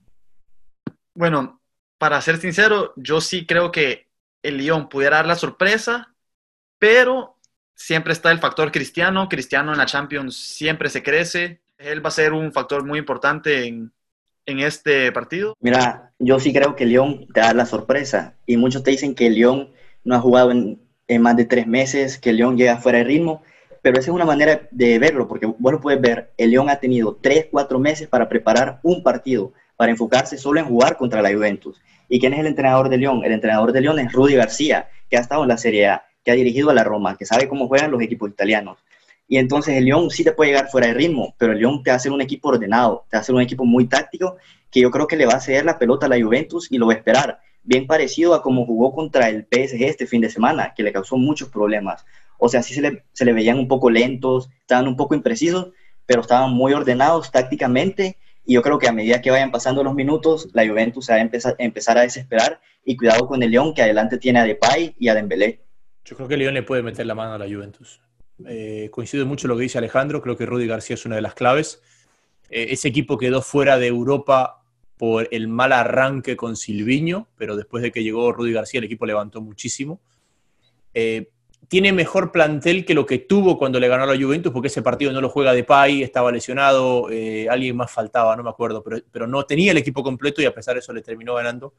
Bueno, para ser sincero, yo sí creo que el Lyon pudiera dar la sorpresa, pero siempre está el factor Cristiano. Cristiano en la Champions siempre se crece. Él va a ser un factor muy importante en en este partido? Mira, yo sí creo que Lyon te da la sorpresa y muchos te dicen que Lyon no ha jugado en, en más de tres meses, que Lyon llega fuera de ritmo, pero esa es una manera de verlo, porque vos lo puedes ver, el Lyon ha tenido tres, cuatro meses para preparar un partido, para enfocarse solo en jugar contra la Juventus. ¿Y quién es el entrenador de Lyon? El entrenador de Lyon es Rudy García, que ha estado en la Serie A, que ha dirigido a la Roma, que sabe cómo juegan los equipos italianos. Y entonces el Lyon sí te puede llegar fuera de ritmo, pero el Lyon te va a hacer un equipo ordenado, te va a hacer un equipo muy táctico, que yo creo que le va a ceder la pelota a la Juventus y lo va a esperar. Bien parecido a como jugó contra el P S G este fin de semana, que le causó muchos problemas. O sea, sí se le, se le veían un poco lentos, estaban un poco imprecisos, pero estaban muy ordenados tácticamente. Y yo creo que a medida que vayan pasando los minutos, la Juventus se va a empezar, empezar a desesperar. Y cuidado con el Lyon, que adelante tiene a Depay y a Dembélé. Yo creo que el Lyon le puede meter la mano a la Juventus. Eh, coincido mucho en lo que dice Alejandro, creo que Rudy García es una de las claves. Eh, ese equipo quedó fuera de Europa por el mal arranque con Silviño, pero después de que llegó Rudy García el equipo levantó muchísimo. Eh, tiene mejor plantel que lo que tuvo cuando le ganó a la Juventus, porque ese partido no lo juega Depay, estaba lesionado, eh, alguien más faltaba, no me acuerdo, pero, pero no tenía el equipo completo y a pesar de eso le terminó ganando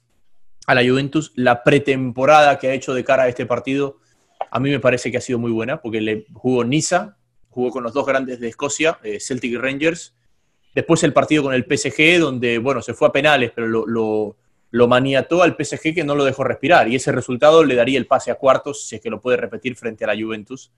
a la Juventus. La pretemporada que ha hecho de cara a este partido a mí me parece que ha sido muy buena, porque le jugó Niza, jugó con los dos grandes de Escocia, eh, Celtic y Rangers. Después el partido con el P S G, donde, bueno, se fue a penales, pero lo, lo, lo maniató al P S G que no lo dejó respirar. Y ese resultado le daría el pase a cuartos, si es que lo puede repetir frente a la Juventus.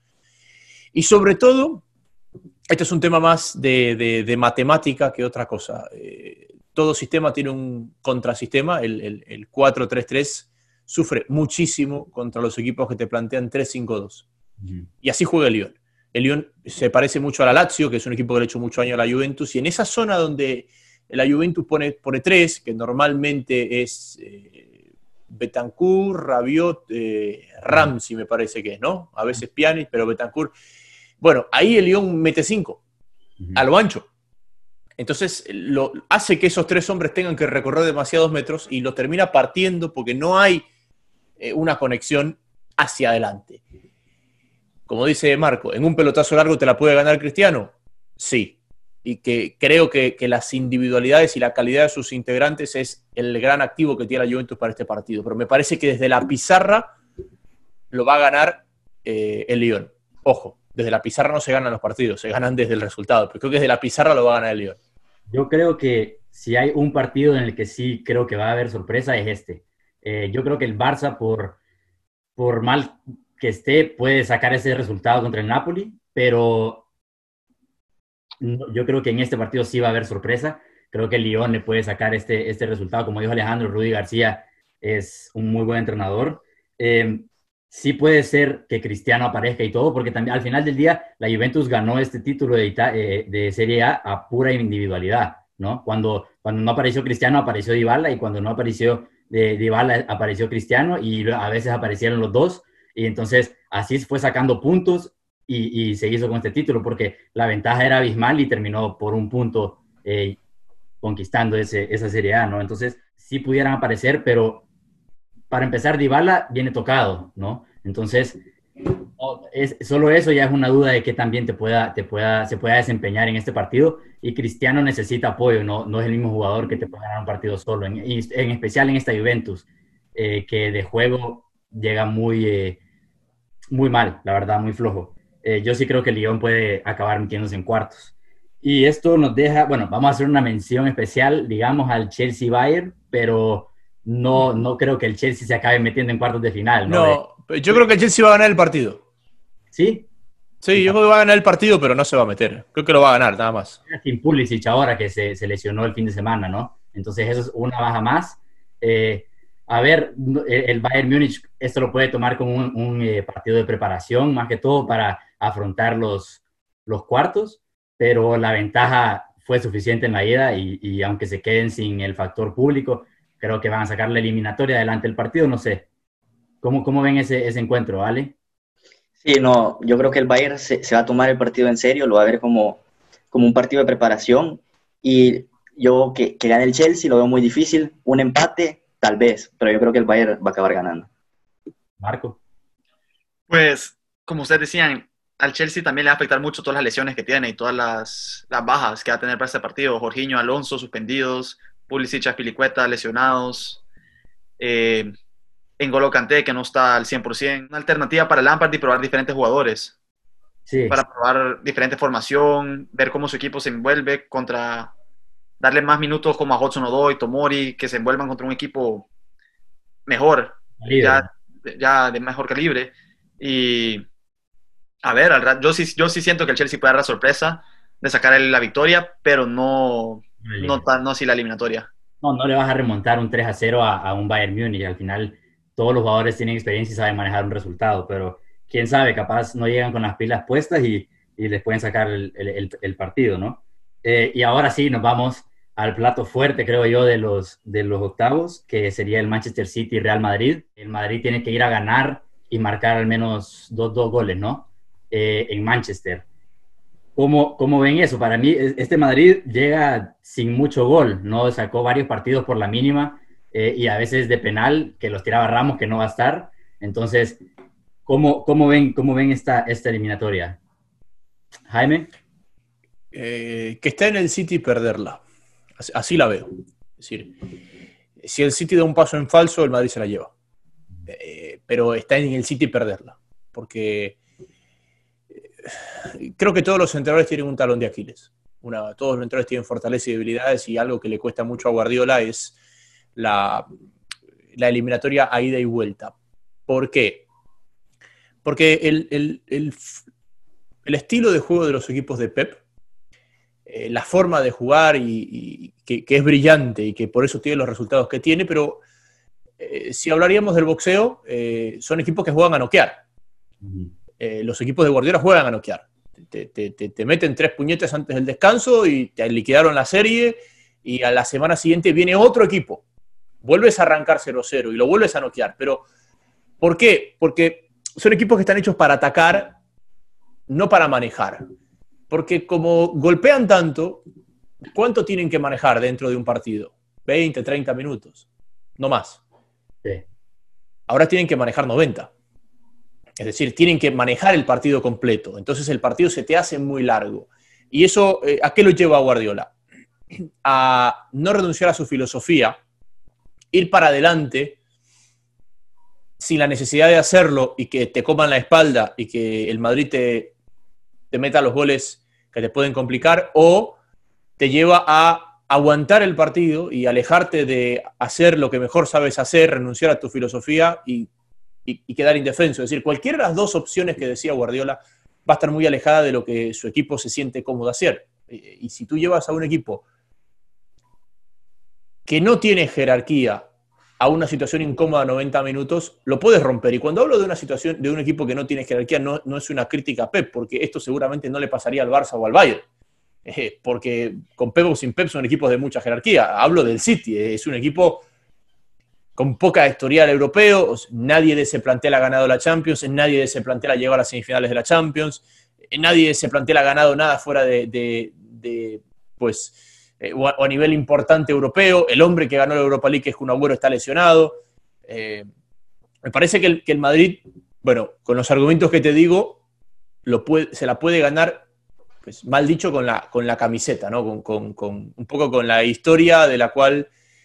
Y sobre todo, este es un tema más de, de, de matemática que otra cosa. Eh, todo sistema tiene un contrasistema, el, el, el cuatro tres tres sufre muchísimo contra los equipos que te plantean tres cinco dos. Uh-huh. Y así juega el Lyon. El Lyon se parece mucho a la Lazio, que es un equipo que le ha hecho mucho daño a la Juventus, y en esa zona donde la Juventus pone, pone tres, que normalmente es, eh, Bentancur, Rabiot, eh, Ramsey me parece que es, ¿no? A veces Pjanic, pero Bentancur. Bueno, ahí el Lyon mete cinco, uh-huh. a lo ancho. Entonces lo, hace que esos tres hombres tengan que recorrer demasiados metros y lo termina partiendo porque no hay eh, una conexión hacia adelante. Como dice Marco, ¿en un pelotazo largo te la puede ganar Cristiano? Sí. Y que creo que, que las individualidades y la calidad de sus integrantes es el gran activo que tiene la Juventus para este partido. Pero me parece que desde la pizarra lo va a ganar eh, el Lyon. Ojo, desde la pizarra no se ganan los partidos, se ganan desde el resultado. Pero creo que desde la pizarra lo va a ganar el Lyon. Yo creo que si hay un partido en el que sí creo que va a haber sorpresa es este. Eh, yo creo que el Barça, por, por mal que esté, puede sacar ese resultado contra el Napoli, pero no, yo creo que en este partido sí va a haber sorpresa. Creo que el Lyon le puede sacar este, este resultado. Como dijo Alejandro, Rudy García es un muy buen entrenador. Eh, sí puede ser que Cristiano aparezca y todo, porque también al final del día la Juventus ganó este título de, eh, de Serie A a pura individualidad, ¿no? Cuando, cuando no apareció Cristiano, apareció Dybala, y cuando no apareció de Dybala, apareció Cristiano, y a veces aparecieron los dos, y entonces así fue sacando puntos y, y se hizo con este título, porque la ventaja era abismal y terminó por un punto eh, conquistando ese, esa Serie A, ¿no? Entonces sí pudieran aparecer, pero para empezar, Dybala viene tocado, ¿no? Entonces, no, es, solo eso ya es una duda de que también te pueda, te pueda, se pueda desempeñar en este partido, y Cristiano necesita apoyo, no, no es el mismo jugador que te puede ganar un partido solo, en, en especial en esta Juventus, eh, que de juego llega muy, eh, muy mal, la verdad, muy flojo. Eh, yo sí creo que el Lyon puede acabar metiéndose en cuartos. Y esto nos deja, bueno, vamos a hacer una mención especial, digamos, al Chelsea-Bayern, pero no, no creo que el Chelsea se acabe metiendo en cuartos de final, ¿no? No, de... yo creo que el Chelsea va a ganar el partido. ¿Sí? Sí, yo creo que va a ganar el partido, pero no se va a meter. Creo que lo va a ganar, nada más. Sin Pulisic ahora, que se, se lesionó el fin de semana, ¿no? Entonces eso es una baja más. Eh, a ver, el Bayern Múnich esto lo puede tomar como un, un eh, partido de preparación, más que todo para afrontar los, los cuartos, pero la ventaja fue suficiente en la ida, y, y aunque se queden sin el factor público, creo que van a sacar la eliminatoria adelante del partido, no sé. ¿Cómo, cómo ven ese, ese encuentro, Ale? Sí, no, yo creo que el Bayern se, se va a tomar el partido en serio, lo va a ver como, como un partido de preparación, y yo que, que gane el Chelsea lo veo muy difícil. Un empate, tal vez, pero yo creo que el Bayern va a acabar ganando. Marco. Pues, como ustedes decían, al Chelsea también le va a afectar mucho todas las lesiones que tiene y todas las, las bajas que va a tener para este partido. Jorginho, Alonso suspendidos, Pulisic, Azpilicueta lesionados, eh, N'Golo Kanté que no está al cien por ciento. Una alternativa para Lampard y probar diferentes jugadores. Sí. Para probar diferente formación, ver cómo su equipo se envuelve contra... Darle más minutos como a Hudson Odoi, Tomori, que se envuelvan contra un equipo mejor, ya, ya de mejor calibre. Y a ver, yo sí, yo sí siento que el Chelsea puede dar la sorpresa de sacar la victoria, pero no, no, no, no así la eliminatoria. No, no le vas a remontar un tres a cero a, a un Bayern Múnich. Al final todos los jugadores tienen experiencia y saben manejar un resultado, pero quién sabe, capaz no llegan con las pilas puestas y, y les pueden sacar el, el, el partido, ¿no? Eh, y ahora sí, nos vamos al plato fuerte, creo yo, de los, de los octavos, que sería el Manchester City y Real Madrid. El Madrid tiene que ir a ganar y marcar al menos dos, dos goles, ¿no? Eh, en Manchester. ¿Cómo, ¿Cómo ven eso? Para mí, este Madrid llega sin mucho gol, ¿no? Sacó varios partidos por la mínima eh, y a veces de penal, que los tiraba Ramos, que no va a estar. Entonces, ¿cómo, cómo ven, cómo ven esta, esta eliminatoria? Jaime. Eh, que está en el City y perderla. Así, así la veo. Es decir, si el City da un paso en falso, el Madrid se la lleva. Eh, pero está en el City perderla. Porque eh, creo que todos los entrenadores tienen un talón de Aquiles. Una, todos los entrenadores tienen fortalezas y debilidades, y algo que le cuesta mucho a Guardiola es la, la eliminatoria a ida y vuelta. ¿Por qué? Porque el, el, el, el estilo de juego de los equipos de Pep, Eh, la forma de jugar y, y que, que es brillante y que por eso tiene los resultados que tiene, pero eh, si hablaríamos del boxeo, eh, son equipos que juegan a noquear. Eh, los equipos de Guardiola juegan a noquear. Te, te, te, te meten tres puñetes antes del descanso y te liquidaron la serie, y a la semana siguiente viene otro equipo vuelves a arrancar cero cero y lo vuelves a noquear. Pero, ¿por qué? Porque son equipos que están hechos para atacar, no para manejar. Porque como golpean tanto, ¿cuánto tienen que manejar dentro de un partido? veinte, treinta minutos, no más. Sí. Ahora tienen que manejar noventa. Es decir, tienen que manejar el partido completo. Entonces el partido se te hace muy largo. Y eso, eh, ¿a qué lo lleva a Guardiola? A no renunciar a su filosofía, ir para adelante sin la necesidad de hacerlo y que te coman la espalda y que el Madrid te, te meta los goles que te pueden complicar, o te lleva a aguantar el partido y alejarte de hacer lo que mejor sabes hacer, renunciar a tu filosofía y, y, y quedar indefenso. Es decir, cualquiera de las dos opciones que decía Guardiola va a estar muy alejada de lo que su equipo se siente cómodo hacer. Y, y si tú llevas a un equipo que no tiene jerarquía a una situación incómoda noventa minutos, lo puedes romper. Y cuando hablo de una situación, de un equipo que no tiene jerarquía, no, no es una crítica a Pep, porque esto seguramente no le pasaría al Barça o al Bayern. Eh, porque con Pep o sin Pep son equipos de mucha jerarquía. Hablo del City, eh, es un equipo con poca historial europeo, nadie de ese plantel ha ganado la Champions, nadie de ese plantel ha llegado a las semifinales de la Champions, nadie de ese plantel ha ganado nada fuera de, de, de pues... Eh, o, a, o a nivel importante europeo. El hombre que ganó la Europa League, que es Kun Agüero, está lesionado. Eh, me parece que el, que el Madrid, bueno, con los argumentos que te digo, lo puede, se la puede ganar, pues, mal dicho, con la, con la camiseta, ¿no? Con, con, con, un poco con la historia de la cual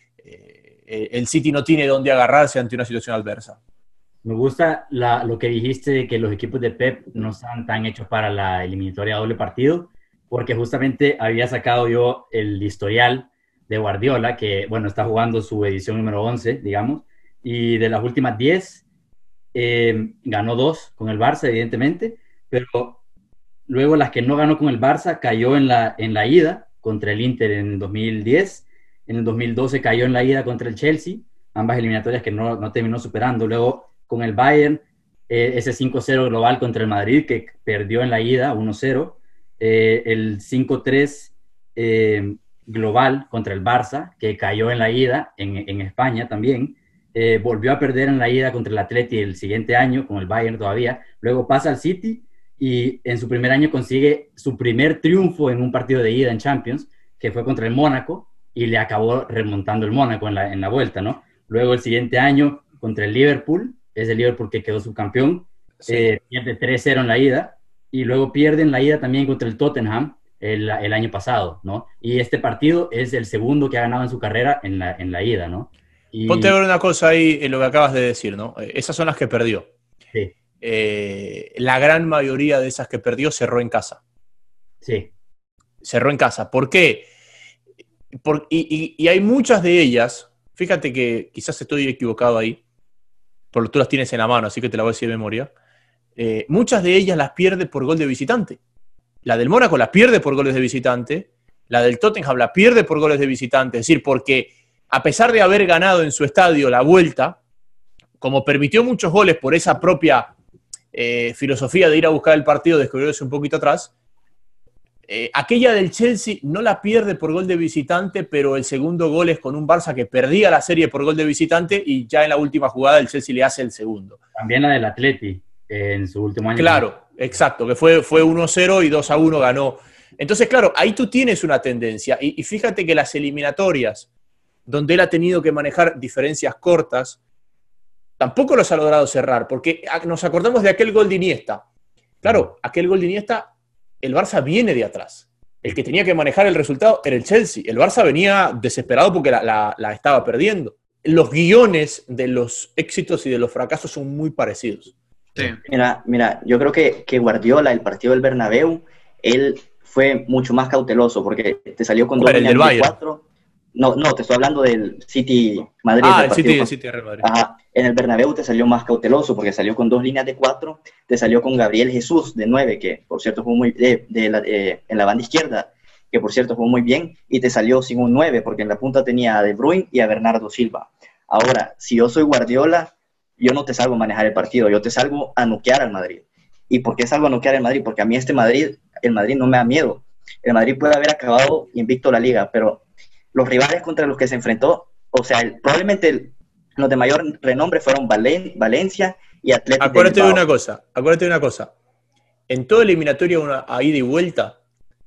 eh, el City no tiene dónde agarrarse ante una situación adversa. Me gusta la, lo que dijiste de que los equipos de Pep no están tan hechos para la eliminatoria a doble partido, porque justamente había sacado yo el historial de Guardiola, que, bueno, está jugando su edición número once, digamos, y de las últimas diez, eh, ganó dos con el Barça, evidentemente, pero luego las que no ganó con el Barça, cayó en la, en la ida contra el Inter en el dos mil diez, en el dos mil doce cayó en la ida contra el Chelsea, ambas eliminatorias que no, no terminó superando. Luego con el Bayern, eh, ese cinco cero global contra el Madrid, que perdió en la ida uno cero, Eh, el cinco tres eh, global contra el Barça, que cayó en la ida en, en España también, eh, volvió a perder en la ida contra el Atleti el siguiente año, con el Bayern todavía, luego pasa al City y en su primer año consigue su primer triunfo en un partido de ida en Champions, que fue contra el Mónaco, y le acabó remontando el Mónaco en la, en la vuelta, ¿no? Luego el siguiente año contra el Liverpool, es el Liverpool que quedó subcampeón, sí. eh, pierde tres cero en la ida, y luego pierden la ida también contra el Tottenham el, el año pasado, ¿no? Y este partido es el segundo que ha ganado en su carrera en la, en la ida, ¿no? Y... Ponte a ver una cosa ahí en lo que acabas de decir, ¿no? Esas son las que perdió. Sí. Eh, la gran mayoría de esas que perdió cerró en casa. Sí. Cerró en casa. ¿Por qué? Por, y, y, y hay muchas de ellas, fíjate que quizás estoy equivocado ahí, porque tú las tienes en la mano, así que te la voy a decir de memoria. Eh, muchas de ellas las pierde por gol de visitante. La del Mónaco la pierde por goles de visitante, la del Tottenham la pierde por goles de visitante, es decir, porque a pesar de haber ganado en su estadio la vuelta, como permitió muchos goles por esa propia eh, filosofía de ir a buscar el partido, descubrirse un poquito atrás, eh, aquella del Chelsea no la pierde por gol de visitante, pero el segundo gol es con un Barça que perdía la serie por gol de visitante y ya en la última jugada el Chelsea le hace el segundo. También la del Atleti. En su último año. Claro, exacto, que fue, fue uno cero y dos a uno ganó. Entonces, claro, ahí tú tienes una tendencia. Y, y fíjate que las eliminatorias, donde él ha tenido que manejar diferencias cortas, tampoco los ha logrado cerrar, porque nos acordamos de aquel gol de Iniesta. Claro, aquel gol de Iniesta, el Barça viene de atrás. El que tenía que manejar el resultado era el Chelsea. El Barça venía desesperado porque la, la, la estaba perdiendo. Los guiones de los éxitos y de los fracasos son muy parecidos. Sí. Mira, mira, yo creo que, que Guardiola, el partido del Bernabéu, él fue mucho más cauteloso porque te salió con dos líneas de cuatro. No, no, te estoy hablando del City Madrid. Ah, el City, con, el City Real Madrid. Ajá, en el Bernabéu te salió más cauteloso porque salió con dos líneas de cuatro, te salió con Gabriel Jesús de nueve, que por cierto jugó muy de, de la, eh, en la banda izquierda, que por cierto jugó muy bien, y te salió sin un nueve porque en la punta tenía a De Bruyne y a Bernardo Silva. Ahora, si yo soy Guardiola, yo no te salgo a manejar el partido, yo te salgo a noquear al Madrid. ¿Y por qué salgo a noquear al Madrid? Porque a mí este Madrid, el Madrid no me da miedo. El Madrid puede haber acabado invicto la liga, pero los rivales contra los que se enfrentó, o sea, el, probablemente el, los de mayor renombre fueron Valen, Valencia y Atlético. Acuérdate de, de una cosa, acuérdate de una cosa. En toda eliminatoria una, a ida y vuelta,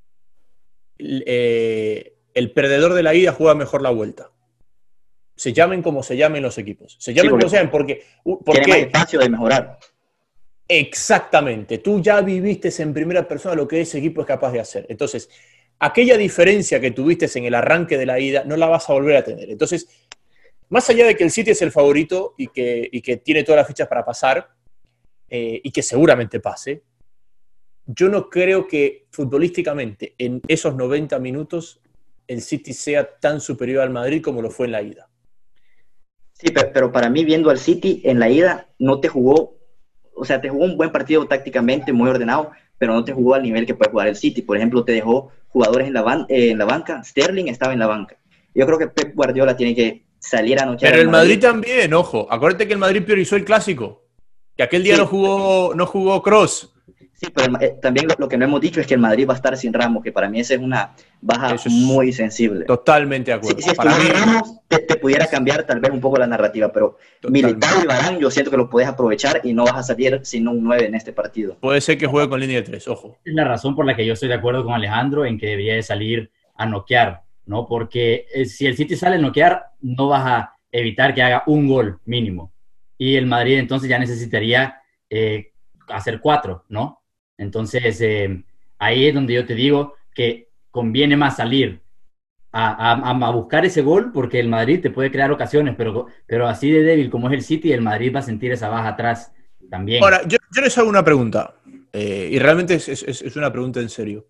eh, el perdedor de la ida juega mejor la vuelta. Se llamen como se llamen los equipos. Se llamen sí, como se llamen porque... porque tiene más espacio de mejorar. Exactamente. Tú ya viviste en primera persona lo que ese equipo es capaz de hacer. Entonces, aquella diferencia que tuviste en el arranque de la ida no la vas a volver a tener. Entonces, más allá de que el City es el favorito y que, y que tiene todas las fichas para pasar, eh, y que seguramente pase, yo no creo que futbolísticamente en esos noventa minutos el City sea tan superior al Madrid como lo fue en la ida. Sí, pero, pero para mí, viendo al City en la ida, no te jugó, o sea, te jugó un buen partido tácticamente, muy ordenado, pero no te jugó al nivel que puede jugar el City. Por ejemplo, te dejó jugadores en la, ban eh, en la banca. Sterling estaba en la banca. Yo creo que Pep Guardiola tiene que salir anoche. Pero el Madrid. Madrid también, ojo. Acuérdate que el Madrid priorizó el clásico. Que aquel día sí. no jugó no jugó Kroos. Sí, pero el, eh, también lo, lo que no hemos dicho es que el Madrid va a estar sin Ramos, que para mí esa es una baja es muy sensible. Totalmente de acuerdo. Si, si para mí Ramos, te, te pudiera cambiar tal vez un poco la narrativa, pero Militao y Varane yo siento que lo puedes aprovechar y no vas a salir sin un nueve en este partido. Puede ser que juegue con línea de tres, ojo. Es la razón por la que yo estoy de acuerdo con Alejandro en que debería de salir a noquear, ¿no? Porque si el City sale a noquear, no vas a evitar que haga un gol mínimo. Y el Madrid entonces ya necesitaría eh, hacer cuatro, ¿no? Entonces, eh, ahí es donde yo te digo que conviene más salir a, a, a buscar ese gol, porque el Madrid te puede crear ocasiones, pero, pero así de débil como es el City, el Madrid va a sentir esa baja atrás también. Ahora, yo, yo les hago una pregunta, eh, y realmente es, es, es una pregunta en serio.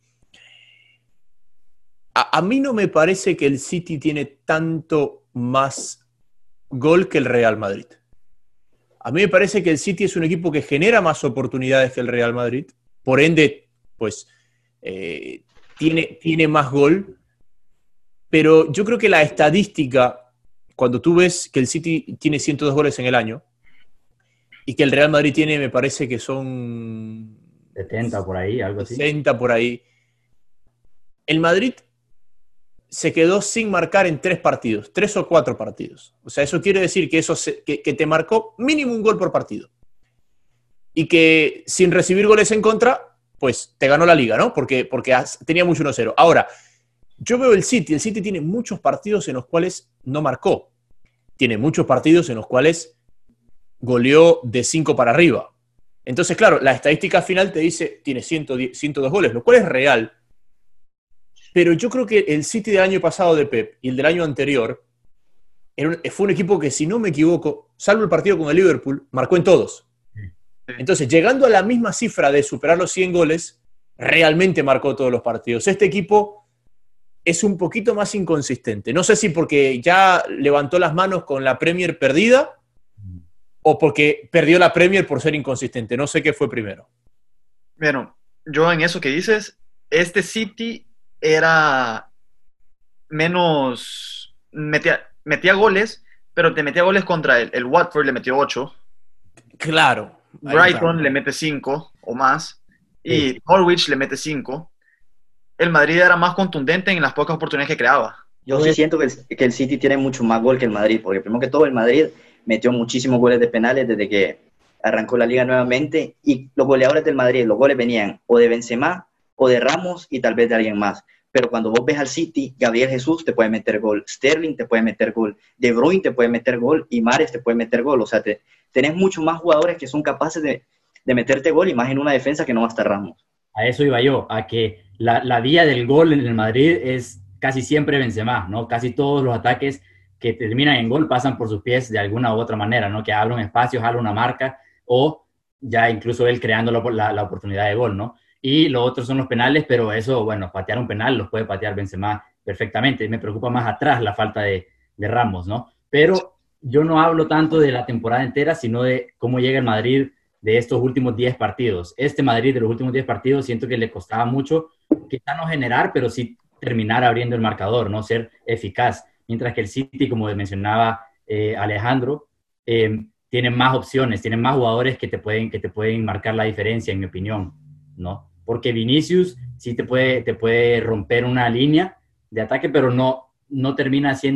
A, a mí no me parece que el City tiene tanto más gol que el Real Madrid. A mí me parece que el City es un equipo que genera más oportunidades que el Real Madrid. Por ende, pues, eh, tiene, tiene más gol. Pero yo creo que la estadística, cuando tú ves que el City tiene ciento dos goles en el año y que el Real Madrid tiene, me parece que son... setenta por ahí, algo así. sesenta por ahí. El Madrid se quedó sin marcar en tres partidos, tres o cuatro partidos. O sea, eso quiere decir que, eso se, que, que te marcó mínimo un gol por partido. Y que sin recibir goles en contra, pues te ganó la liga, ¿no? Porque, porque tenía mucho uno cero. Ahora, yo veo el City. El City tiene muchos partidos en los cuales no marcó. Tiene muchos partidos en los cuales goleó de cinco para arriba. Entonces, claro, la estadística final te dice tiene ciento diez, ciento dos goles, lo cual es real. Pero yo creo que el City del año pasado de Pep y el del año anterior era un, fue un equipo que, si no me equivoco, salvo el partido con el Liverpool, marcó en todos. Entonces, llegando a la misma cifra de superar los cien goles, realmente marcó todos los partidos. Este equipo es un poquito más inconsistente. No sé si porque ya levantó las manos con la Premier perdida o porque perdió la Premier por ser inconsistente. No sé qué fue primero. Bueno, yo en eso que dices, este City era menos... Metía, metía goles, pero te metía goles contra el, el Watford, le metió ocho. Claro. Brighton le mete cinco o más. Y sí. Norwich le mete cinco. El Madrid era más contundente en las pocas oportunidades que creaba. Yo sí siento que el, que el City tiene mucho más gol que el Madrid, porque primero que todo el Madrid metió muchísimos goles de penales desde que arrancó la liga nuevamente, y los goleadores del Madrid, los goles venían o de Benzema o de Ramos y tal vez de alguien más. Pero cuando vos ves al City, Gabriel Jesús te puede meter gol, Sterling te puede meter gol, De Bruyne te puede meter gol y Mahrez te puede meter gol. O sea, te, tenés muchos más jugadores que son capaces de, de meterte gol, y más en una defensa que no va a estar Ramos. A eso iba yo, a que la, la vía del gol en el Madrid es casi siempre Benzema, ¿no? Casi todos los ataques que terminan en gol pasan por sus pies de alguna u otra manera, ¿no? Que abre un espacio, jala una marca, o ya incluso él creando la, la, la oportunidad de gol, ¿no? Y lo otro son los penales, pero eso, bueno, patear un penal los puede patear Benzema perfectamente. Me preocupa más atrás la falta de, de Ramos, ¿no? Pero yo no hablo tanto de la temporada entera, sino de cómo llega el Madrid de estos últimos diez partidos. Este Madrid de los últimos diez partidos siento que le costaba mucho, quizá no generar, pero sí terminar abriendo el marcador, no ser eficaz. Mientras que el City, como mencionaba eh, Alejandro, eh, tiene más opciones, tiene más jugadores que te pueden, que te pueden marcar la diferencia, en mi opinión, ¿no? Porque Vinicius sí te puede, te puede romper una línea de ataque, pero no, no termina siendo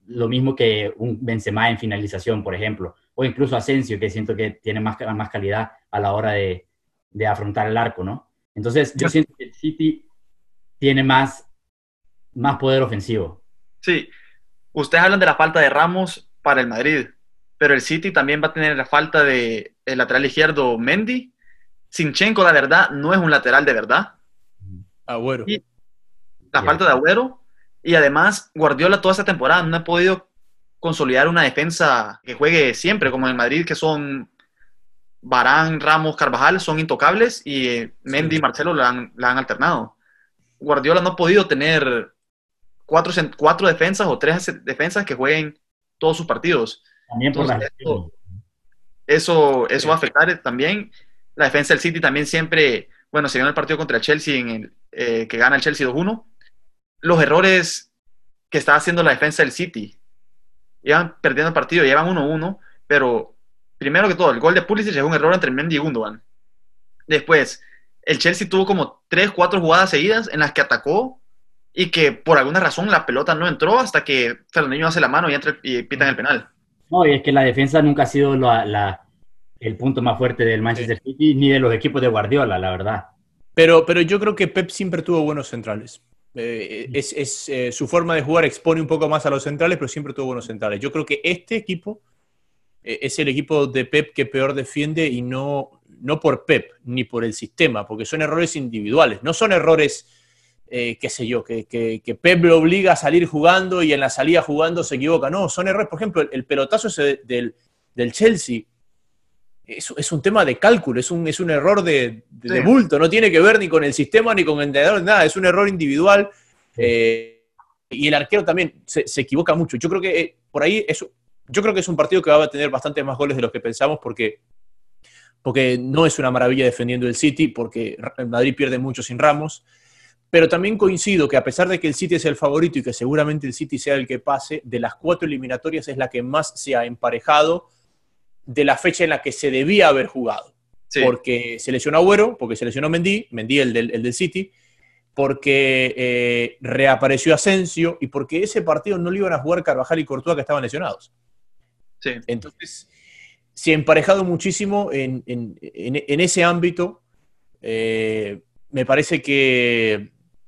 lo mismo que un Benzema en finalización, por ejemplo, o incluso Asensio, que siento que tiene más, más calidad a la hora de, de afrontar el arco, ¿no? Entonces, yo siento que el City tiene más, más poder ofensivo. Sí, ustedes hablan de la falta de Ramos para el Madrid, pero el City también va a tener la falta de el lateral izquierdo Mendy. Zinchenko, la verdad, no es un lateral de verdad. Agüero. Y la yeah. falta de Agüero. Y además, Guardiola toda esta temporada no ha podido consolidar una defensa que juegue siempre, como en el Madrid, que son Varane, Ramos, Carvajal, son intocables, y eh, Mendy y Marcelo la han, la han alternado. Guardiola no ha podido tener cuatro, cuatro defensas o tres defensas que jueguen todos sus partidos. También por Entonces, la... eso, eso, eso va a afectar también. La defensa del City también siempre, bueno, se vio en el partido contra el Chelsea, en el, eh, que gana el Chelsea dos uno, los errores que está haciendo la defensa del City. Iban perdiendo el partido, llevan uno uno, pero primero que todo, el gol de Pulisic es un error entre Mendy y Gundogan. Después, el Chelsea tuvo como tres, cuatro jugadas seguidas en las que atacó y que por alguna razón la pelota no entró hasta que Fernandinho hace la mano y, entra, y pitan el penal. No, y es que la defensa nunca ha sido la, la, el punto más fuerte del Manchester sí. City ni de los equipos de Guardiola, la verdad. Pero, pero yo creo que Pep siempre tuvo buenos centrales. Eh, es, es, eh, su forma de jugar expone un poco más a los centrales, pero siempre tuvo buenos centrales. Yo creo que este equipo eh, es el equipo de Pep que peor defiende, y no, no por Pep, ni por el sistema, porque son errores individuales, no son errores, eh, qué sé yo, que, que, que Pep lo obliga a salir jugando y en la salida jugando se equivoca. No, son errores, por ejemplo, el, el pelotazo ese del, del Chelsea, es, es un tema de cálculo, es un, es un error de, de, sí. de bulto, no tiene que ver ni con el sistema ni con el entrenador, nada, es un error individual. Sí. Eh, y el arquero también se, se equivoca mucho. Yo creo que eh, por ahí es, yo creo que es un partido que va a tener bastantes más goles de los que pensamos, porque, porque no es una maravilla defendiendo el City, porque el Madrid pierde mucho sin Ramos, pero también coincido que a pesar de que el City es el favorito y que seguramente el City sea el que pase, de las cuatro eliminatorias es la que más se ha emparejado de la fecha en la que se debía haber jugado. Sí. Porque se lesionó Agüero, porque se lesionó Mendy, Mendy el del, el del City, porque eh, reapareció Asensio y porque ese partido no lo iban a jugar Carvajal y Courtois, que estaban lesionados. Sí. Entonces, se ha emparejado muchísimo en, en, en, en ese ámbito. Eh, me parece que,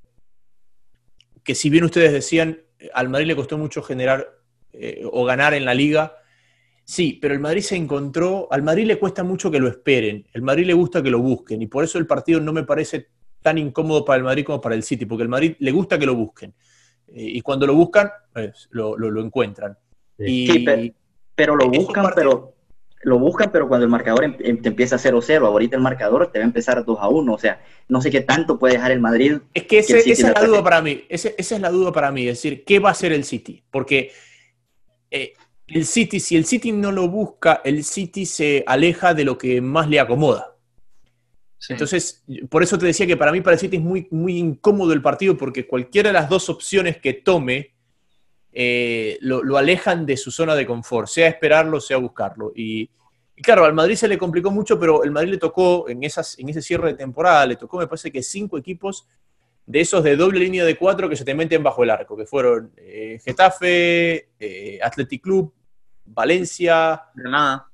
que si bien ustedes decían, al Madrid le costó mucho generar eh, o ganar en la Liga. Sí, pero el Madrid se encontró, al Madrid le cuesta mucho que lo esperen, el Madrid le gusta que lo busquen, y por eso el partido no me parece tan incómodo para el Madrid como para el City, porque el Madrid le gusta que lo busquen, y cuando lo buscan, pues, lo, lo, lo encuentran. Y, sí, pero, pero lo buscan, pero lo buscan, pero cuando el marcador em, em, te empieza cero cero, ahorita el marcador te va a empezar dos a uno, o sea, no sé qué tanto puede dejar el Madrid. Es que, ese, que esa es la duda para mí, ese, esa es la duda para mí, es decir, ¿qué va a hacer el City? Porque eh, el City, si el City no lo busca, el City se aleja de lo que más le acomoda. Sí. Entonces, por eso te decía que para mí, para el City es muy, muy incómodo el partido, porque cualquiera de las dos opciones que tome eh, lo, lo alejan de su zona de confort, sea esperarlo, sea buscarlo. Y, y claro, al Madrid se le complicó mucho, pero el Madrid le tocó, en, esas, en ese cierre de temporada, le tocó, me parece que cinco equipos de esos de doble línea de cuatro que se te meten bajo el arco, que fueron eh, Getafe, eh, Athletic Club, Valencia, Granada,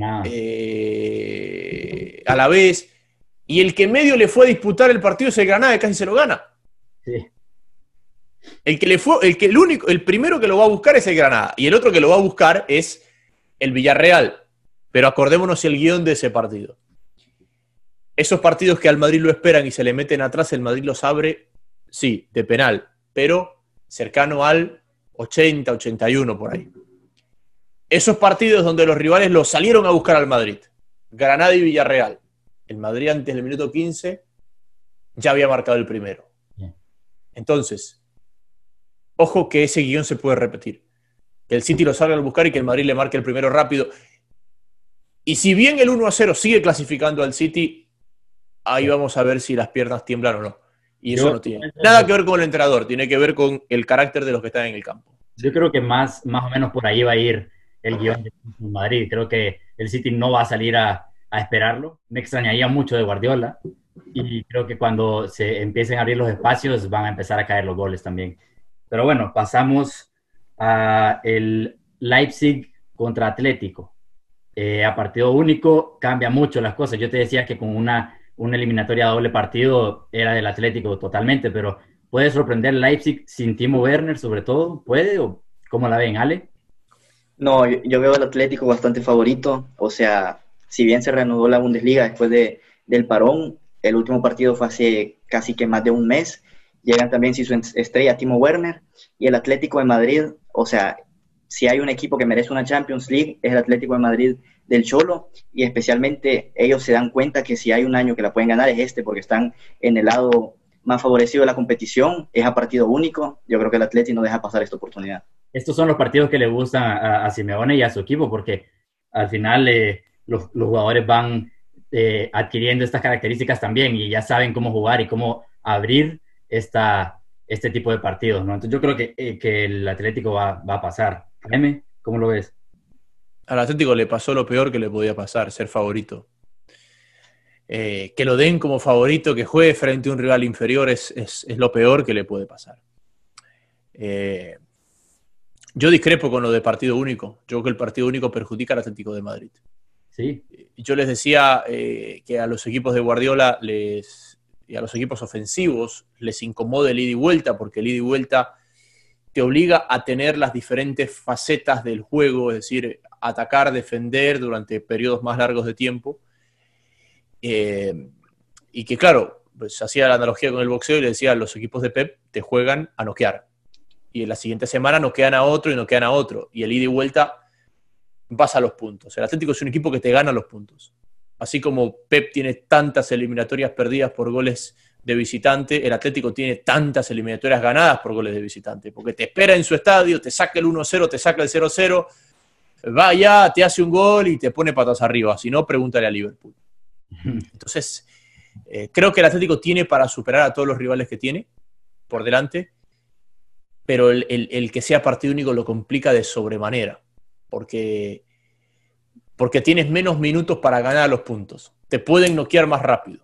eh, Alavés, y el que medio le fue a disputar el partido es el Granada, que casi se lo gana. Sí. El que le fue, el que el único, el primero que lo va a buscar es el Granada, y el otro que lo va a buscar es el Villarreal. Pero acordémonos el guión de ese partido. Esos partidos que al Madrid lo esperan y se le meten atrás, el Madrid los abre, sí, de penal, pero cercano al ochenta, ochenta y uno por ahí. Esos partidos donde los rivales lo salieron a buscar al Madrid, Granada y Villarreal, el Madrid antes del minuto quince ya había marcado el primero. Entonces, ojo que ese guión se puede repetir. Que el City lo salga a buscar y que el Madrid le marque el primero rápido. Y si bien el uno a cero sigue clasificando al City, ahí vamos a ver si las piernas tiemblan o no. Y eso yo, no tiene nada que ver con el entrenador, tiene que ver con el carácter de los que están en el campo. Yo creo que más, más o menos por ahí va a ir el guión de Madrid. Creo que el City no va a salir a, a esperarlo. Me extrañaría mucho de Guardiola. Y creo que cuando se empiecen a abrir los espacios van a empezar a caer los goles también. Pero bueno, pasamos a el Leipzig contra Atlético. Eh, a partido único cambia mucho las cosas. Yo te decía que con una, una eliminatoria a doble partido era del Atlético totalmente, pero ¿puede sorprender el Leipzig sin Timo Werner sobre todo? ¿Puede? ¿O cómo la ven, Ale? No, yo, yo veo al Atlético bastante favorito. O sea, si bien se reanudó la Bundesliga después de, del parón, el último partido fue hace casi que más de un mes. Llegan también sin su estrella Timo Werner y el Atlético de Madrid. O sea, si hay un equipo que merece una Champions League, es el Atlético de Madrid del Cholo, y especialmente ellos se dan cuenta que si hay un año que la pueden ganar es este, porque están en el lado más favorecido de la competición, es a partido único. Yo creo que el Atlético no deja pasar esta oportunidad. Estos son los partidos que le gustan a, a Simeone y a su equipo, porque al final eh, los, los jugadores van eh, adquiriendo estas características también y ya saben cómo jugar y cómo abrir esta, este tipo de partidos, ¿no? Entonces yo creo que, eh, que el Atlético va, va a pasar. Jaime, ¿cómo lo ves? Al Atlético le pasó lo peor que le podía pasar, ser favorito. Eh, que lo den como favorito, que juegue frente a un rival inferior es, es, es lo peor que le puede pasar. Eh, yo discrepo con lo de partido único. Yo creo que el partido único perjudica al Atlético de Madrid. Sí. Yo les decía eh, que a los equipos de Guardiola les, y a los equipos ofensivos les incomoda el ida y vuelta, porque el ida y vuelta te obliga a tener las diferentes facetas del juego, es decir, atacar, defender durante periodos más largos de tiempo. Eh, y que, claro, pues hacía la analogía con el boxeo y le decía, los equipos de Pep te juegan a noquear. Y en la siguiente semana noquean a otro y noquean a otro. Y el ida y vuelta vas a los puntos. El Atlético es un equipo que te gana los puntos. Así como Pep tiene tantas eliminatorias perdidas por goles de visitante, el Atlético tiene tantas eliminatorias ganadas por goles de visitante, porque te espera en su estadio, te saca el uno cero, te saca el cero cero, va allá, te hace un gol y te pone patas arriba. Si no, pregúntale a Liverpool. Entonces, eh, creo que el Atlético tiene para superar a todos los rivales que tiene por delante, pero el, el, el que sea partido único lo complica de sobremanera, porque, porque tienes menos minutos para ganar los puntos. Te pueden noquear más rápido.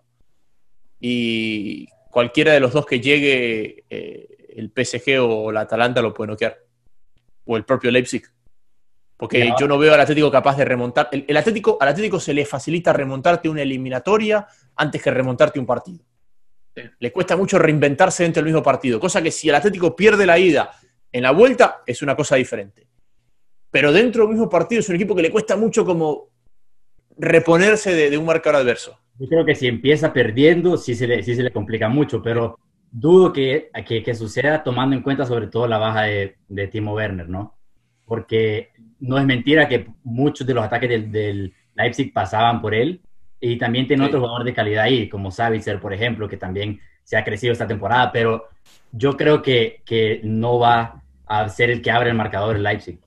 Y cualquiera de los dos que llegue, eh, el P S G o la Atalanta lo puede noquear. O el propio Leipzig. Porque no. Yo no veo al Atlético capaz de remontar. El, el Atlético, al Atlético se le facilita remontarte una eliminatoria antes que remontarte un partido. Sí. Le cuesta mucho reinventarse dentro del mismo partido. Cosa que si el Atlético pierde la ida en la vuelta, es una cosa diferente. Pero dentro del mismo partido es un equipo que le cuesta mucho como reponerse de, de un marcador adverso. Yo creo que si empieza perdiendo, sí se le, sí se le complica mucho, pero dudo que, que, que suceda tomando en cuenta sobre todo la baja de, de Timo Werner, ¿no? Porque no es mentira que muchos de los ataques del, del Leipzig pasaban por él, y también tiene sí. otro jugador de calidad ahí, como Savitzer, por ejemplo, que también se ha crecido esta temporada, pero yo creo que, que no va a ser el que abre el marcador el Leipzig.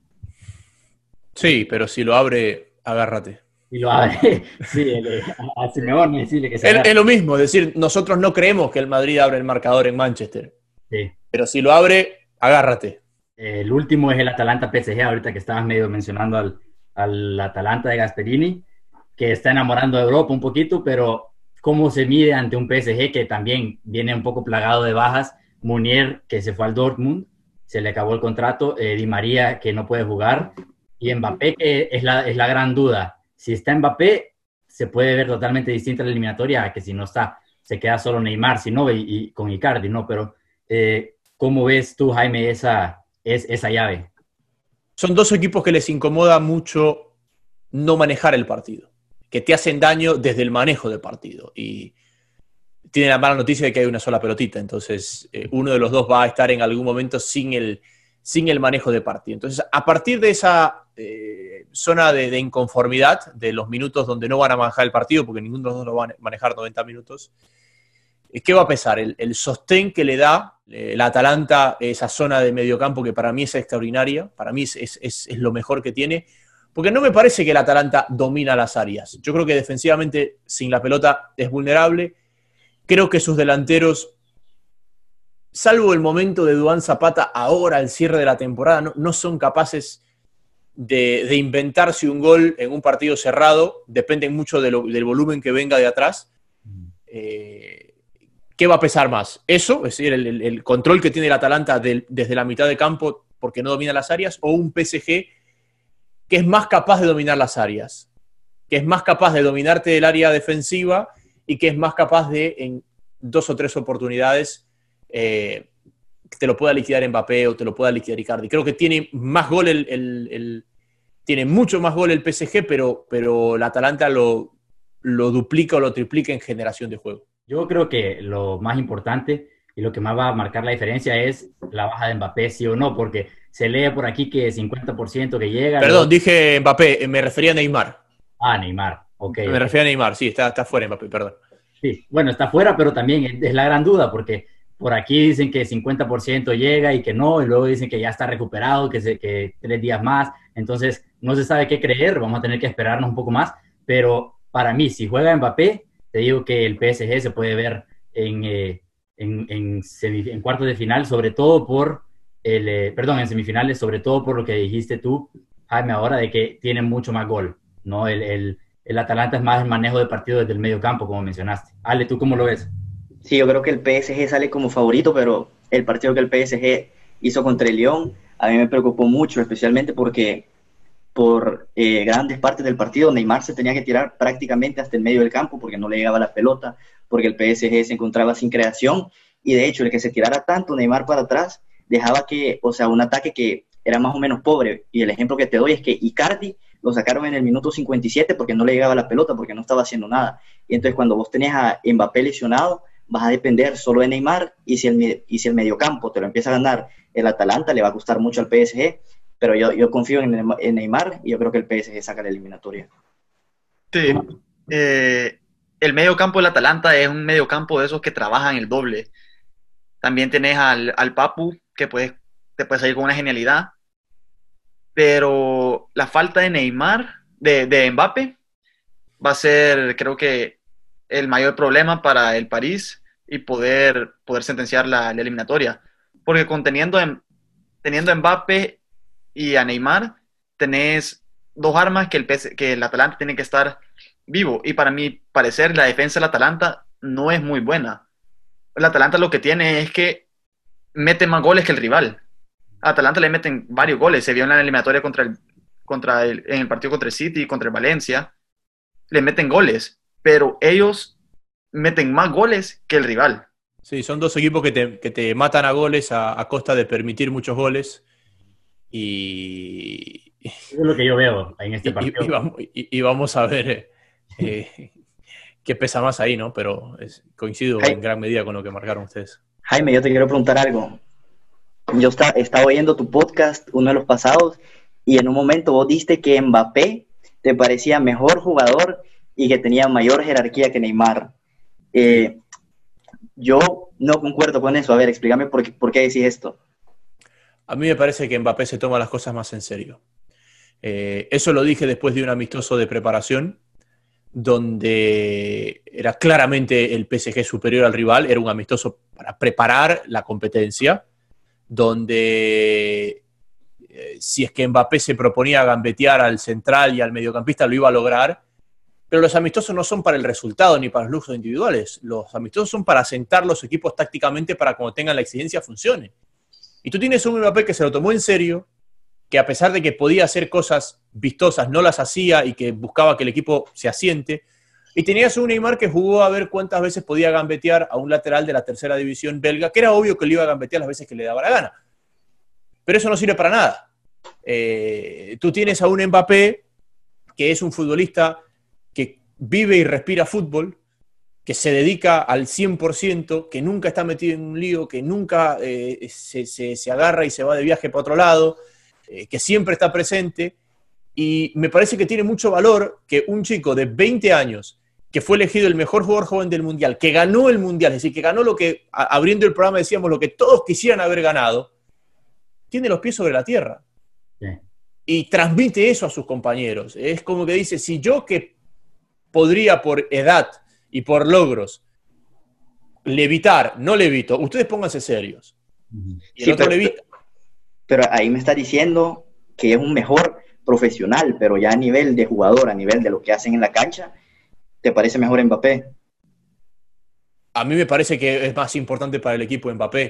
Sí, pero si lo abre, agárrate. Y lo abre, sí, el, a Simeone decirle que se es, es lo mismo, es decir, nosotros no creemos que el Madrid abre el marcador en Manchester. Sí. Pero si lo abre, agárrate. El último es el Atalanta-P S G, ahorita que estabas medio mencionando al, al Atalanta de Gasperini, que está enamorando a Europa un poquito, pero cómo se mide ante un P S G que también viene un poco plagado de bajas. Munier, que se fue al Dortmund, se le acabó el contrato, eh, Di María, que no puede jugar, y Mbappé, que es la, es la gran duda. Si está Mbappé, se puede ver totalmente distinta la eliminatoria a que si no está, se queda solo Neymar, si no, y, y con Icardi, ¿no? Pero, eh, ¿cómo ves tú, Jaime, esa, es, esa llave? Son dos equipos que les incomoda mucho no manejar el partido, que te hacen daño desde el manejo del partido. Y tienen la mala noticia de que hay una sola pelotita, entonces eh, uno de los dos va a estar en algún momento sin el, sin el manejo de partido. Entonces, a partir de esa eh, zona de, de inconformidad, de los minutos donde no van a manejar el partido, porque ninguno de los dos lo va a manejar noventa minutos, ¿qué va a pesar? El, el sostén que le da eh, la Atalanta, esa zona de mediocampo que para mí es extraordinaria, para mí es, es, es, es lo mejor que tiene, porque no me parece que el Atalanta domina las áreas. Yo creo que defensivamente, sin la pelota, es vulnerable. Creo que sus delanteros, salvo el momento de Duván Zapata, ahora al cierre de la temporada, no, no son capaces de, de inventarse un gol en un partido cerrado. Dependen mucho de lo, del volumen que venga de atrás. Eh, ¿Qué va a pesar más? Eso, es decir, el, el, el control que tiene el Atalanta del, desde la mitad de campo porque no domina las áreas, o un P S G que es más capaz de dominar las áreas, que es más capaz de dominarte del área defensiva y que es más capaz de, en dos o tres oportunidades, eh, te lo pueda liquidar Mbappé o te lo pueda liquidar Icardi. Creo que tiene más gol el, el, el tiene mucho más gol el P S G, pero, pero el Atalanta lo, lo duplica o lo triplica en generación de juego. Yo creo que lo más importante y lo que más va a marcar la diferencia es la baja de Mbappé, sí o no, porque se lee por aquí que cincuenta por ciento que llega... Perdón, luego... dije Mbappé, me refería a Neymar. Ah, Neymar, ok. Me okay. refería a Neymar, sí, está, está fuera Mbappé, perdón. Sí, bueno, está fuera, pero también es, es la gran duda, porque por aquí dicen que cincuenta por ciento llega y que no, y luego dicen que ya está recuperado, que, se, que tres días más, entonces no se sabe qué creer, vamos a tener que esperarnos un poco más, pero para mí, si juega Mbappé, te digo que el P S G se puede ver en, eh, en, en, semif- en cuartos de final, sobre todo por el, eh, perdón, en semifinales, sobre todo por lo que dijiste tú, Jaime, ahora de que tienen mucho más gol, ¿no? El, el, el Atalanta es más el manejo de partido desde el medio campo, como mencionaste. Ale, ¿tú cómo lo ves? Sí, yo creo que el P S G sale como favorito, pero el partido que el P S G hizo contra el Lyon a mí me preocupó mucho, especialmente porque por eh, grandes partes del partido Neymar se tenía que tirar prácticamente hasta el medio del campo porque no le llegaba la pelota, porque el P S G se encontraba sin creación, y de hecho el que se tirara tanto Neymar para atrás dejaba que, o sea, un ataque que era más o menos pobre, y el ejemplo que te doy es que Icardi lo sacaron en el minuto cincuenta y siete porque no le llegaba la pelota, porque no estaba haciendo nada, y entonces cuando vos tenías a Mbappé lesionado, vas a depender solo de Neymar, y si el, y si el mediocampo te lo empieza a ganar el Atalanta, le va a costar mucho al P S G, pero yo, yo confío en, en Neymar, y yo creo que el P S G saca la eliminatoria. Sí, eh, el medio campo del Atalanta es un medio campo de esos que trabajan el doble. También tenés al, al Papu, que puedes, te puede salir con una genialidad, pero la falta de Neymar, de, de Mbappé, va a ser, creo que, el mayor problema para el París y poder, poder sentenciar la, la eliminatoria. Porque con teniendo, teniendo a Mbappé y a Neymar, tenés dos armas que el, P S, que el Atalanta tiene que estar vivo. Y para mi parecer, la defensa del Atalanta no es muy buena. El Atalanta lo que tiene es que mete más goles que el rival. A Atalanta le meten varios goles. Se vio en la eliminatoria contra el, contra el, en el partido contra el City, contra el Valencia. Le meten goles, pero ellos meten más goles que el rival. Sí, son dos equipos que te, que te matan a goles a, a costa de permitir muchos goles. Y... Eso es lo que yo veo en este y, partido. Y, y, vamos, y, y vamos a ver eh, qué pesa más ahí, ¿no? Pero es, coincido Jaime, en gran medida con lo que marcaron ustedes. Jaime, yo te quiero preguntar algo. Yo está, estaba oyendo tu podcast, uno de los pasados, y en un momento vos diste que Mbappé te parecía mejor jugador y que tenía mayor jerarquía que Neymar. Eh, yo no concuerdo con eso. A ver, explícame por qué, por qué decís esto. A mí me parece que Mbappé se toma las cosas más en serio. Eh, eso lo dije después de un amistoso de preparación, donde era claramente el P S G superior al rival. Era un amistoso para preparar la competencia, donde eh, si es que Mbappé se proponía gambetear al central y al mediocampista, lo iba a lograr. Pero los amistosos no son para el resultado ni para los lujos individuales. Los amistosos son para sentar los equipos tácticamente para cuando tengan la exigencia funcione. Y tú tienes un Mbappé que se lo tomó en serio, que a pesar de que podía hacer cosas vistosas, no las hacía y que buscaba que el equipo se asiente. Y tenías un Neymar que jugó a ver cuántas veces podía gambetear a un lateral de la tercera división belga, que era obvio que le iba a gambetear las veces que le daba la gana. Pero eso no sirve para nada. Eh, tú tienes a un Mbappé que es un futbolista que vive y respira fútbol, que se dedica al cien por ciento, que nunca está metido en un lío, que nunca eh, se, se, se agarra y se va de viaje para otro lado, eh, que siempre está presente, y me parece que tiene mucho valor que un chico de veinte años, que fue elegido el mejor jugador joven del Mundial, que ganó el Mundial, es decir, que ganó lo que, a, abriendo el programa decíamos, lo que todos quisieran haber ganado, tiene los pies sobre la tierra. Sí. Y transmite eso a sus compañeros. Es como que dice, si yo que podría por edad y por logros levitar, no levito, ustedes pónganse serios. Y el sí, otro pero, levita. Pero ahí me está diciendo que es un mejor profesional, pero ya a nivel de jugador, a nivel de lo que hacen en la cancha, ¿te parece mejor Mbappé? A mí me parece que es más importante para el equipo Mbappé.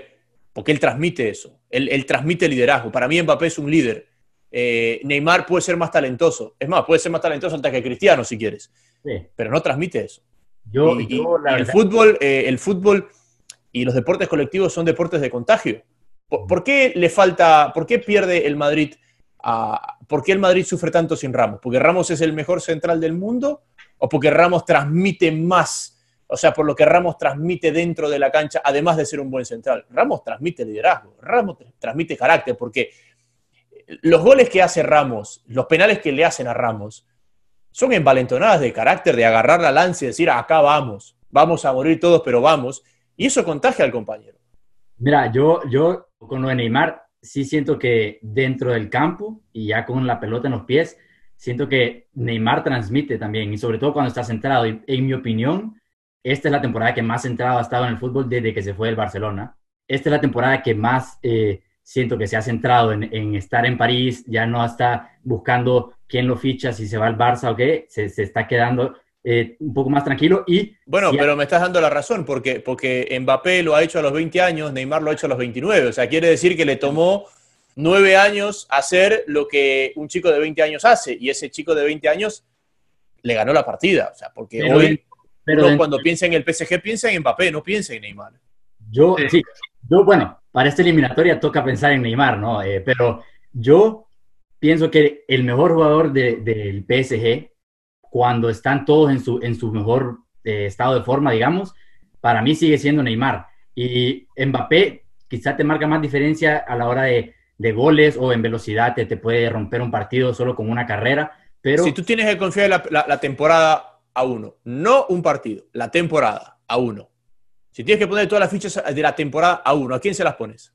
porque él transmite eso, él, él transmite liderazgo. Para mí Mbappé es un líder. Eh, Neymar puede ser más talentoso, es más, puede ser más talentoso antes que Cristiano si quieres, Sí. pero no transmite eso. Yo, y, yo, la y el verdad, fútbol, eh, el fútbol y los deportes colectivos son deportes de contagio. ¿Por, por qué le falta, por qué pierde el Madrid? A, ¿Por qué el Madrid sufre tanto sin Ramos? ¿Porque Ramos es el mejor central del mundo? ¿O porque Ramos transmite más? O sea, por lo que Ramos transmite dentro de la cancha, además de ser un buen central. Ramos transmite liderazgo, Ramos transmite carácter, porque los goles que hace Ramos, los penales que le hacen a Ramos, son envalentonadas de carácter, de agarrar la lanza y decir, acá vamos, vamos a morir todos, pero vamos. Y eso contagia al compañero. mira, yo, yo con lo de Neymar, sí siento que dentro del campo y ya con la pelota en los pies, siento que Neymar transmite también, y sobre todo cuando está centrado. Y en mi opinión, esta es la temporada que más centrado ha estado en el fútbol desde que se fue del Barcelona. Esta es la temporada que más eh, siento que se ha centrado en, en estar en París, ya no está buscando quién lo ficha, si se va al Barça o qué, se, se está quedando eh, un poco más tranquilo. Y bueno, si pero ha... me estás dando la razón, porque, porque Mbappé lo ha hecho a los veinte años, Neymar lo ha hecho a los veintinueve, o sea, quiere decir que le tomó nueve años hacer lo que un chico de veinte años hace, y ese chico de veinte años le ganó la partida, o sea, porque pero, hoy pero uno dentro... cuando piensa en el P S G piensa en Mbappé, no piensa en Neymar. Yo, sí. sí, yo, bueno, para esta eliminatoria toca pensar en Neymar, ¿no? Eh, pero yo pienso que el mejor jugador de, del P S G, cuando están todos en su, en su mejor eh, estado de forma, digamos, para mí sigue siendo Neymar. Y Mbappé quizá te marca más diferencia a la hora de, de goles o en velocidad, te, te puede romper un partido solo con una carrera, pero... Si tú tienes que confiar en la, la, la temporada a uno, no un partido, la temporada a uno. Si tienes que poner todas las fichas de la temporada a uno, ¿a quién se las pones?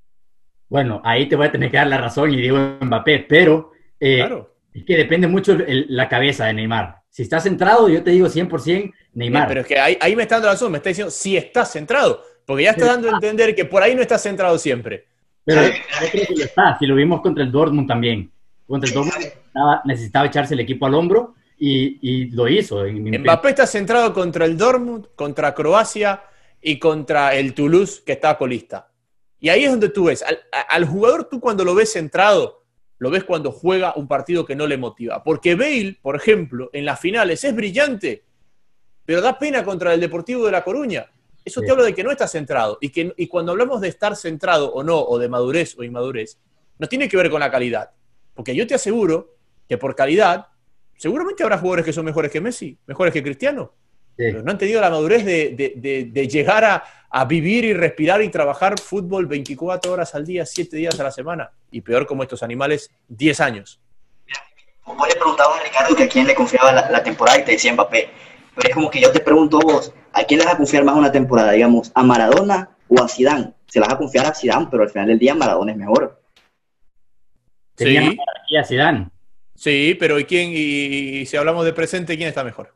Bueno, ahí te voy a tener que dar la razón y digo Mbappé, pero eh, claro. Es que depende mucho el, la cabeza de Neymar. Si está centrado, yo te digo cien por ciento Neymar. Eh, pero es que ahí, ahí me está dando la razón, me está diciendo si está centrado, porque ya está dando a entender que por ahí no está centrado siempre. Pero yo creo que lo está, si lo vimos contra el Dortmund también. Contra el Dortmund necesitaba, necesitaba echarse el equipo al hombro y, y lo hizo. Mbappé está centrado contra el Dortmund, contra Croacia y contra el Toulouse, que está colista. Y ahí es donde tú ves, al, al jugador tú cuando lo ves centrado, lo ves cuando juega un partido que no le motiva. Porque Bale, por ejemplo, en las finales es brillante, pero da pena contra el Deportivo de La Coruña. Eso sí. Te habla de que no está centrado. Y, que, y cuando hablamos de estar centrado o no, o de madurez o inmadurez, no tiene que ver con la calidad. Porque yo te aseguro que por calidad, seguramente habrá jugadores que son mejores que Messi, mejores que Cristiano. Sí. Pero no han tenido la madurez de, de, de, de llegar a, a vivir y respirar y trabajar fútbol veinticuatro horas al día, siete días a la semana. Y peor como estos animales, diez años. Vos le preguntabas a Ricardo que a quién le confiaba la, la temporada y te decía Mbappé. Pero es como que yo te pregunto a vos, ¿a quién le vas a confiar más una temporada? Digamos, ¿a Maradona o a Zidane? Se las vas a confiar a Zidane, pero al final del día Maradona es mejor. Sí. Y a Zidane. Sí, pero ¿y quién? Y, y si hablamos de presente, ¿quién está mejor?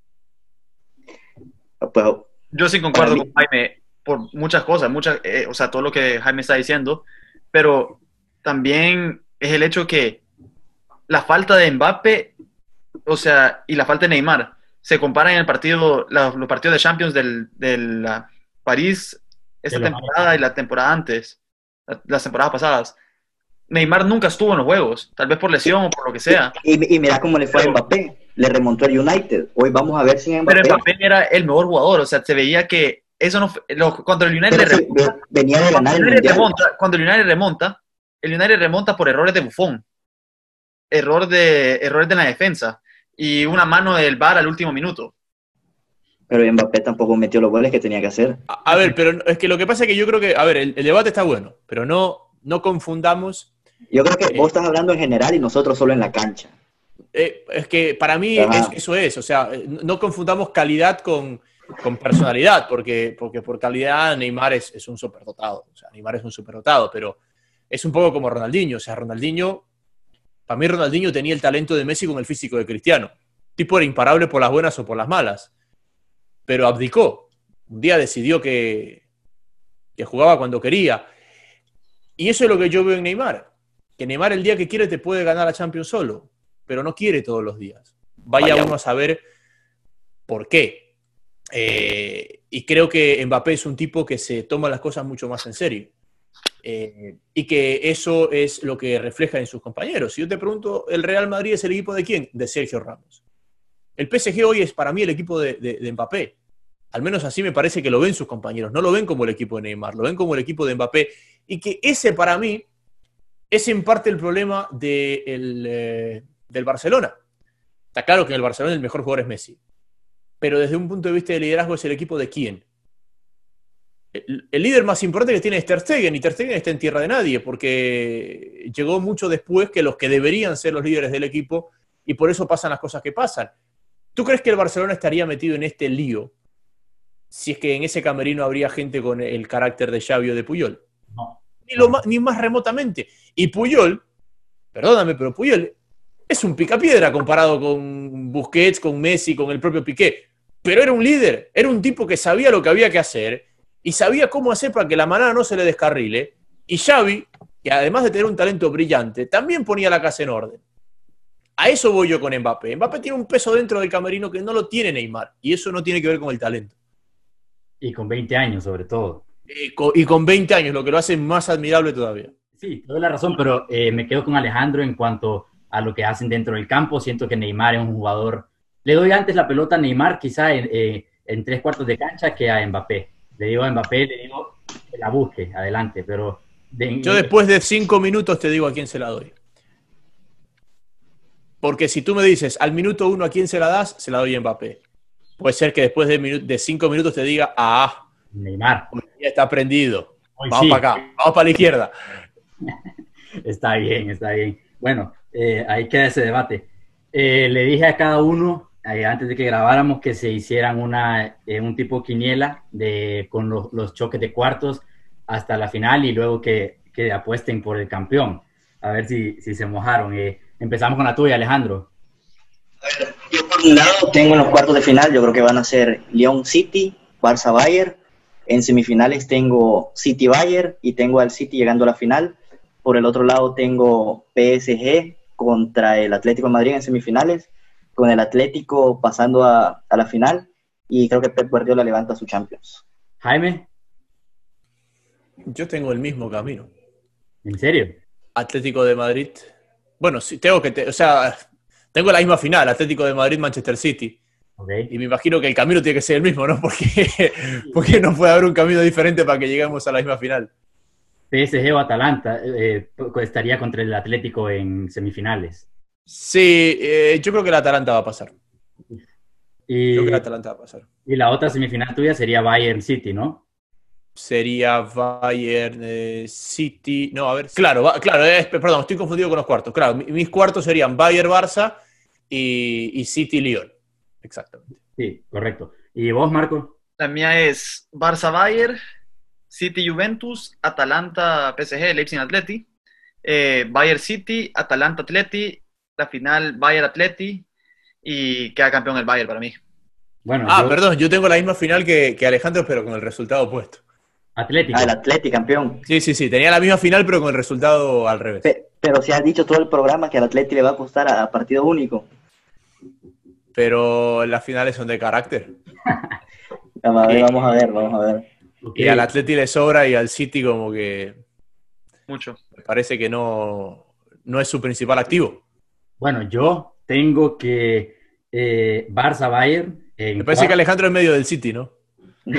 Pues, yo sí concuerdo con Jaime por muchas cosas, muchas, eh, o sea, todo lo que Jaime está diciendo, pero también es el hecho que la falta de Mbappé, o sea, y la falta de Neymar, se comparan en el partido, la, los partidos de Champions del, del la París esta temporada y la temporada antes, la, las temporadas pasadas. Neymar nunca estuvo en los juegos, tal vez por lesión o por lo que sea. Y, y mira cómo le fue pero, a Mbappé, le remontó el United. Hoy vamos a ver si Mbappé... Pero Mbappé era el mejor jugador, o sea, se veía que eso no fue, lo, cuando el United le remonta, venía de ganar cuando el Mundial. Remonta, cuando el United remonta, el United remonta por errores de Buffon, error de, errores de la defensa y una mano del V A R al último minuto. Pero Mbappé tampoco metió los goles que tenía que hacer. A, a ver, pero es que lo que pasa es que yo creo que, a ver, el, el debate está bueno, pero no, no confundamos. Yo creo que eh, vos estás hablando en general y nosotros solo en la cancha. Eh, es que para mí es, eso es, o sea, no confundamos calidad con, con personalidad, porque, porque por calidad Neymar es, es un superdotado, o sea, Neymar es un superdotado, pero es un poco como Ronaldinho, o sea, Ronaldinho, para mí Ronaldinho tenía el talento de Messi con el físico de Cristiano. El tipo era imparable por las buenas o por las malas, pero abdicó. Un día decidió que, que jugaba cuando quería. Y eso es lo que yo veo en Neymar. Que Neymar el día que quiere te puede ganar la Champions solo, pero no quiere todos los días. Vaya, Vaya. uno a saber por qué. Eh, y creo que Mbappé es un tipo que se toma las cosas mucho más en serio. Eh, y que eso es lo que refleja en sus compañeros. Si yo te pregunto, ¿el Real Madrid es el equipo de quién? De Sergio Ramos. El P S G hoy es para mí el equipo de, de, de Mbappé. Al menos así me parece que lo ven sus compañeros. No lo ven como el equipo de Neymar, lo ven como el equipo de Mbappé. Y que ese para mí es en parte el problema de el, eh, del Barcelona. Está claro que en el Barcelona el mejor jugador es Messi. Pero desde un punto de vista de liderazgo es el equipo de quién. El, el líder más importante que tiene es Ter Stegen, y Ter Stegen está en tierra de nadie, porque llegó mucho después que los que deberían ser los líderes del equipo, y por eso pasan las cosas que pasan. ¿Tú crees que el Barcelona estaría metido en este lío si es que en ese camerino habría gente con el carácter de Xavi o de Puyol? No. Ni, lo más, ni más remotamente. Y Puyol, perdóname, pero Puyol es un picapiedra comparado con Busquets, con Messi, con el propio Piqué. Pero era un líder, era un tipo que sabía lo que había que hacer y sabía cómo hacer para que la manada no se le descarrile. Y Xavi, que además de tener un talento brillante, también ponía la casa en orden. A eso voy yo con Mbappé. Mbappé tiene un peso dentro del camerino que no lo tiene Neymar, y eso no tiene que ver con el talento. Y con veinte años, sobre todo. Eh, con, y con veinte años, lo que lo hace más admirable todavía. Sí, te doy la razón, pero eh, me quedo con Alejandro en cuanto a lo que hacen dentro del campo. Siento que Neymar es un jugador... Le doy antes la pelota a Neymar, quizá en, eh, en tres cuartos de cancha, que a Mbappé. Le digo a Mbappé, le digo que la busque, adelante, pero... De, yo después de cinco minutos te digo a quién se la doy. Porque si tú me dices al minuto uno a quién se la das, se la doy a Mbappé. Puede ser que después de, minu- de cinco minutos te diga, ah, Neymar. ya está prendido. Hoy vamos sí. para acá, vamos para la izquierda. Está bien, está bien. Bueno, eh, ahí queda ese debate. Eh, le dije a cada uno, eh, antes de que grabáramos, que se hicieran una, eh, un tipo quiniela de, con los, los choques de cuartos hasta la final y luego que, que apuesten por el campeón. A ver si, si se mojaron. Eh, empezamos con la tuya, Alejandro. A ver, yo por un lado tengo en los cuartos de final, yo creo que van a ser Lyon City, Barça Bayern. En semifinales tengo City Bayern y tengo al City llegando a la final. Por el otro lado tengo P S G contra el Atlético de Madrid en semifinales, con el Atlético pasando a, a la final, y creo que Pep Guardiola levanta su Champions. Jaime, Yo tengo el mismo camino. ¿en serio? Atlético de Madrid. Bueno, sí, tengo que... Te, o sea, tengo la misma final, Atlético de Madrid-Manchester City. Okay. Y me imagino que el camino tiene que ser el mismo, ¿no? Porque, porque no puede haber un camino diferente para que lleguemos a la misma final. P S G o Atalanta eh, estaría contra el Atlético en semifinales. Sí, eh, yo creo que el Atalanta va a pasar. Y, Yo creo que el Atalanta va a pasar. y la otra semifinal tuya sería Bayern City, ¿no? Sería Bayern eh, City. No, a ver. Claro, va, claro eh, perdón, estoy confundido con los cuartos. Claro, mis cuartos serían Bayern Barça y, y City Lyon. Exactamente. Sí, correcto. ¿Y vos, Marco? La mía es Barça Bayern, City Juventus, Atalanta P S G, Leipzig Atleti, eh, Bayern City, Atalanta Atleti, la final Bayern Atleti, y queda campeón el Bayern para mí. Bueno, Ah, yo, perdón, yo tengo la misma final que, que Alejandro, pero con el resultado opuesto. Atlético. Ah, el Atleti campeón. Sí, sí, sí, tenía la misma final, pero con el resultado al revés. Pe- pero se ha dicho todo el programa que al Atleti le va a costar a, a partido único. Pero las finales son de carácter. Vamos a ver, vamos a ver, vamos a ver. Ok. Y al Atleti le sobra y al City como que Mucho. me parece que no, no es su principal activo. Bueno, yo tengo que eh, Barça Bayern. En Me parece que Alejandro es medio del City, ¿no? No.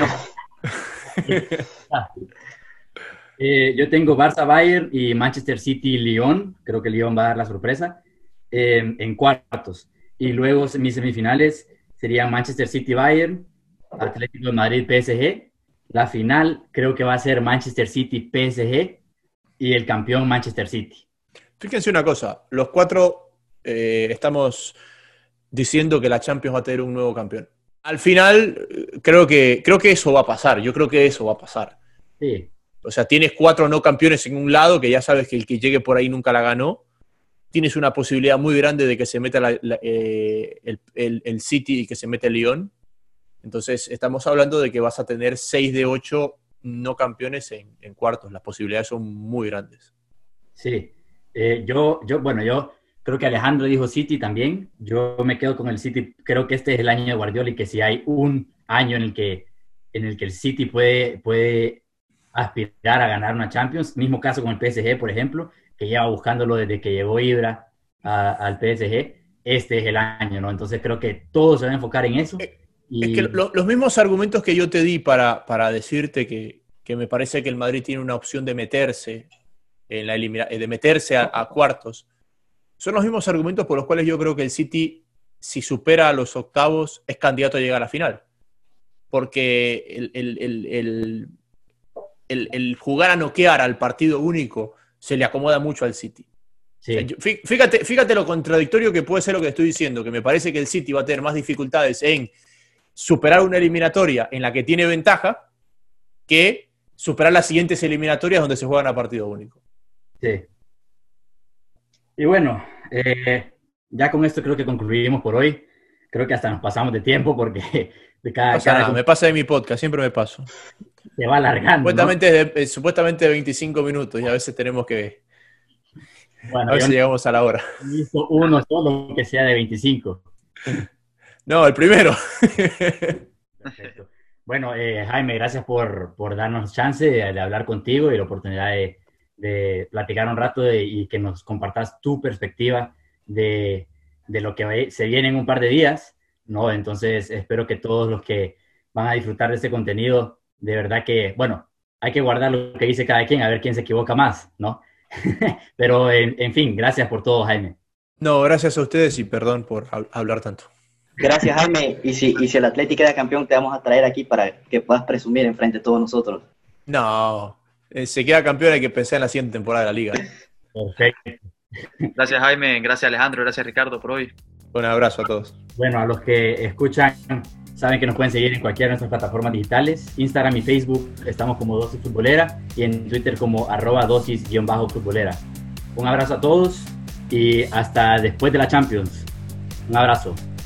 Eh, yo tengo Barça Bayern y Manchester City Lyon. Creo que Lyon va a dar la sorpresa eh, en cuartos. Y luego mis semifinales serían Manchester City Bayern, Atlético de Madrid P S G. La final creo que va a ser Manchester City P S G y el campeón Manchester City. Fíjense una cosa, los cuatro eh, estamos diciendo que la Champions va a tener un nuevo campeón. Al final, creo que, creo que eso va a pasar, yo creo que eso va a pasar. Sí. O sea, tienes cuatro no campeones en un lado, que ya sabes que el que llegue por ahí nunca la ganó. Tienes una posibilidad muy grande de que se meta la, la, eh, el, el, el City y que se meta el Lyon. Entonces, estamos hablando de que vas a tener seis de ocho no campeones en, en cuartos. Las posibilidades son muy grandes. Sí. Eh, yo, yo, bueno, yo creo que Alejandro dijo City también. Yo me quedo con el City. Creo que este es el año de Guardiola y que si hay un año en el que, en el, que el City puede, puede aspirar a ganar una Champions. Mismo caso con el P S G, por ejemplo, que lleva buscándolo desde que llegó Ibra a, al P S G. Este es el año, ¿no? Entonces creo que todos se van a enfocar en eso. Y... Es que lo, los mismos argumentos que yo te di para, para decirte que, que me parece que el Madrid tiene una opción de meterse en la elimina, de meterse a, a cuartos, son los mismos argumentos por los cuales yo creo que el City, si supera a los octavos, es candidato a llegar a la final. Porque el, el, el, el, el, el jugar a noquear al partido único se le acomoda mucho al City. Sí. O sea, yo, fíjate, fíjate lo contradictorio que puede ser lo que estoy diciendo, que me parece que el City va a tener más dificultades en superar una eliminatoria en la que tiene ventaja que superar las siguientes eliminatorias donde se juegan a partido único. Sí. Y bueno, eh, ya con esto creo que concluimos por hoy. Creo que hasta nos pasamos de tiempo porque de cada, pasa cada nada, me pasa de mi podcast, siempre me paso. Se va alargando. Supuestamente, ¿no? de, eh, supuestamente de veinticinco minutos y a veces tenemos que... Bueno, a veces yo llegamos a la hora. Hizo uno solo que sea de veinticinco. No, el primero. Perfecto. Bueno, eh, Jaime, gracias por, por darnos chance de, de hablar contigo y la oportunidad de, de platicar un rato de, y que nos compartas tu perspectiva de, de lo que se viene en un par de días, ¿no? Entonces, espero que todos los que van a disfrutar de este contenido, de verdad que, bueno, hay que guardar lo que dice cada quien, a ver quién se equivoca más, ¿no? Pero, en, en fin, gracias por todo, Jaime. No, gracias a ustedes y perdón por hablar tanto. Gracias, Jaime. Y si, y si el Atlético queda campeón, te vamos a traer aquí para que puedas presumir enfrente de todos nosotros. No, eh, se queda campeón, hay que pensar en la siguiente temporada de la Liga. Perfecto. Gracias, Jaime. Gracias, Alejandro. Gracias, Ricardo, por hoy. Un abrazo a todos. Bueno, a los que escuchan, saben que nos pueden seguir en cualquiera de nuestras plataformas digitales. Instagram y Facebook estamos como Dosis Futbolera y en Twitter como arroba dosis-futbolera. Un abrazo a todos y hasta después de la Champions. Un abrazo.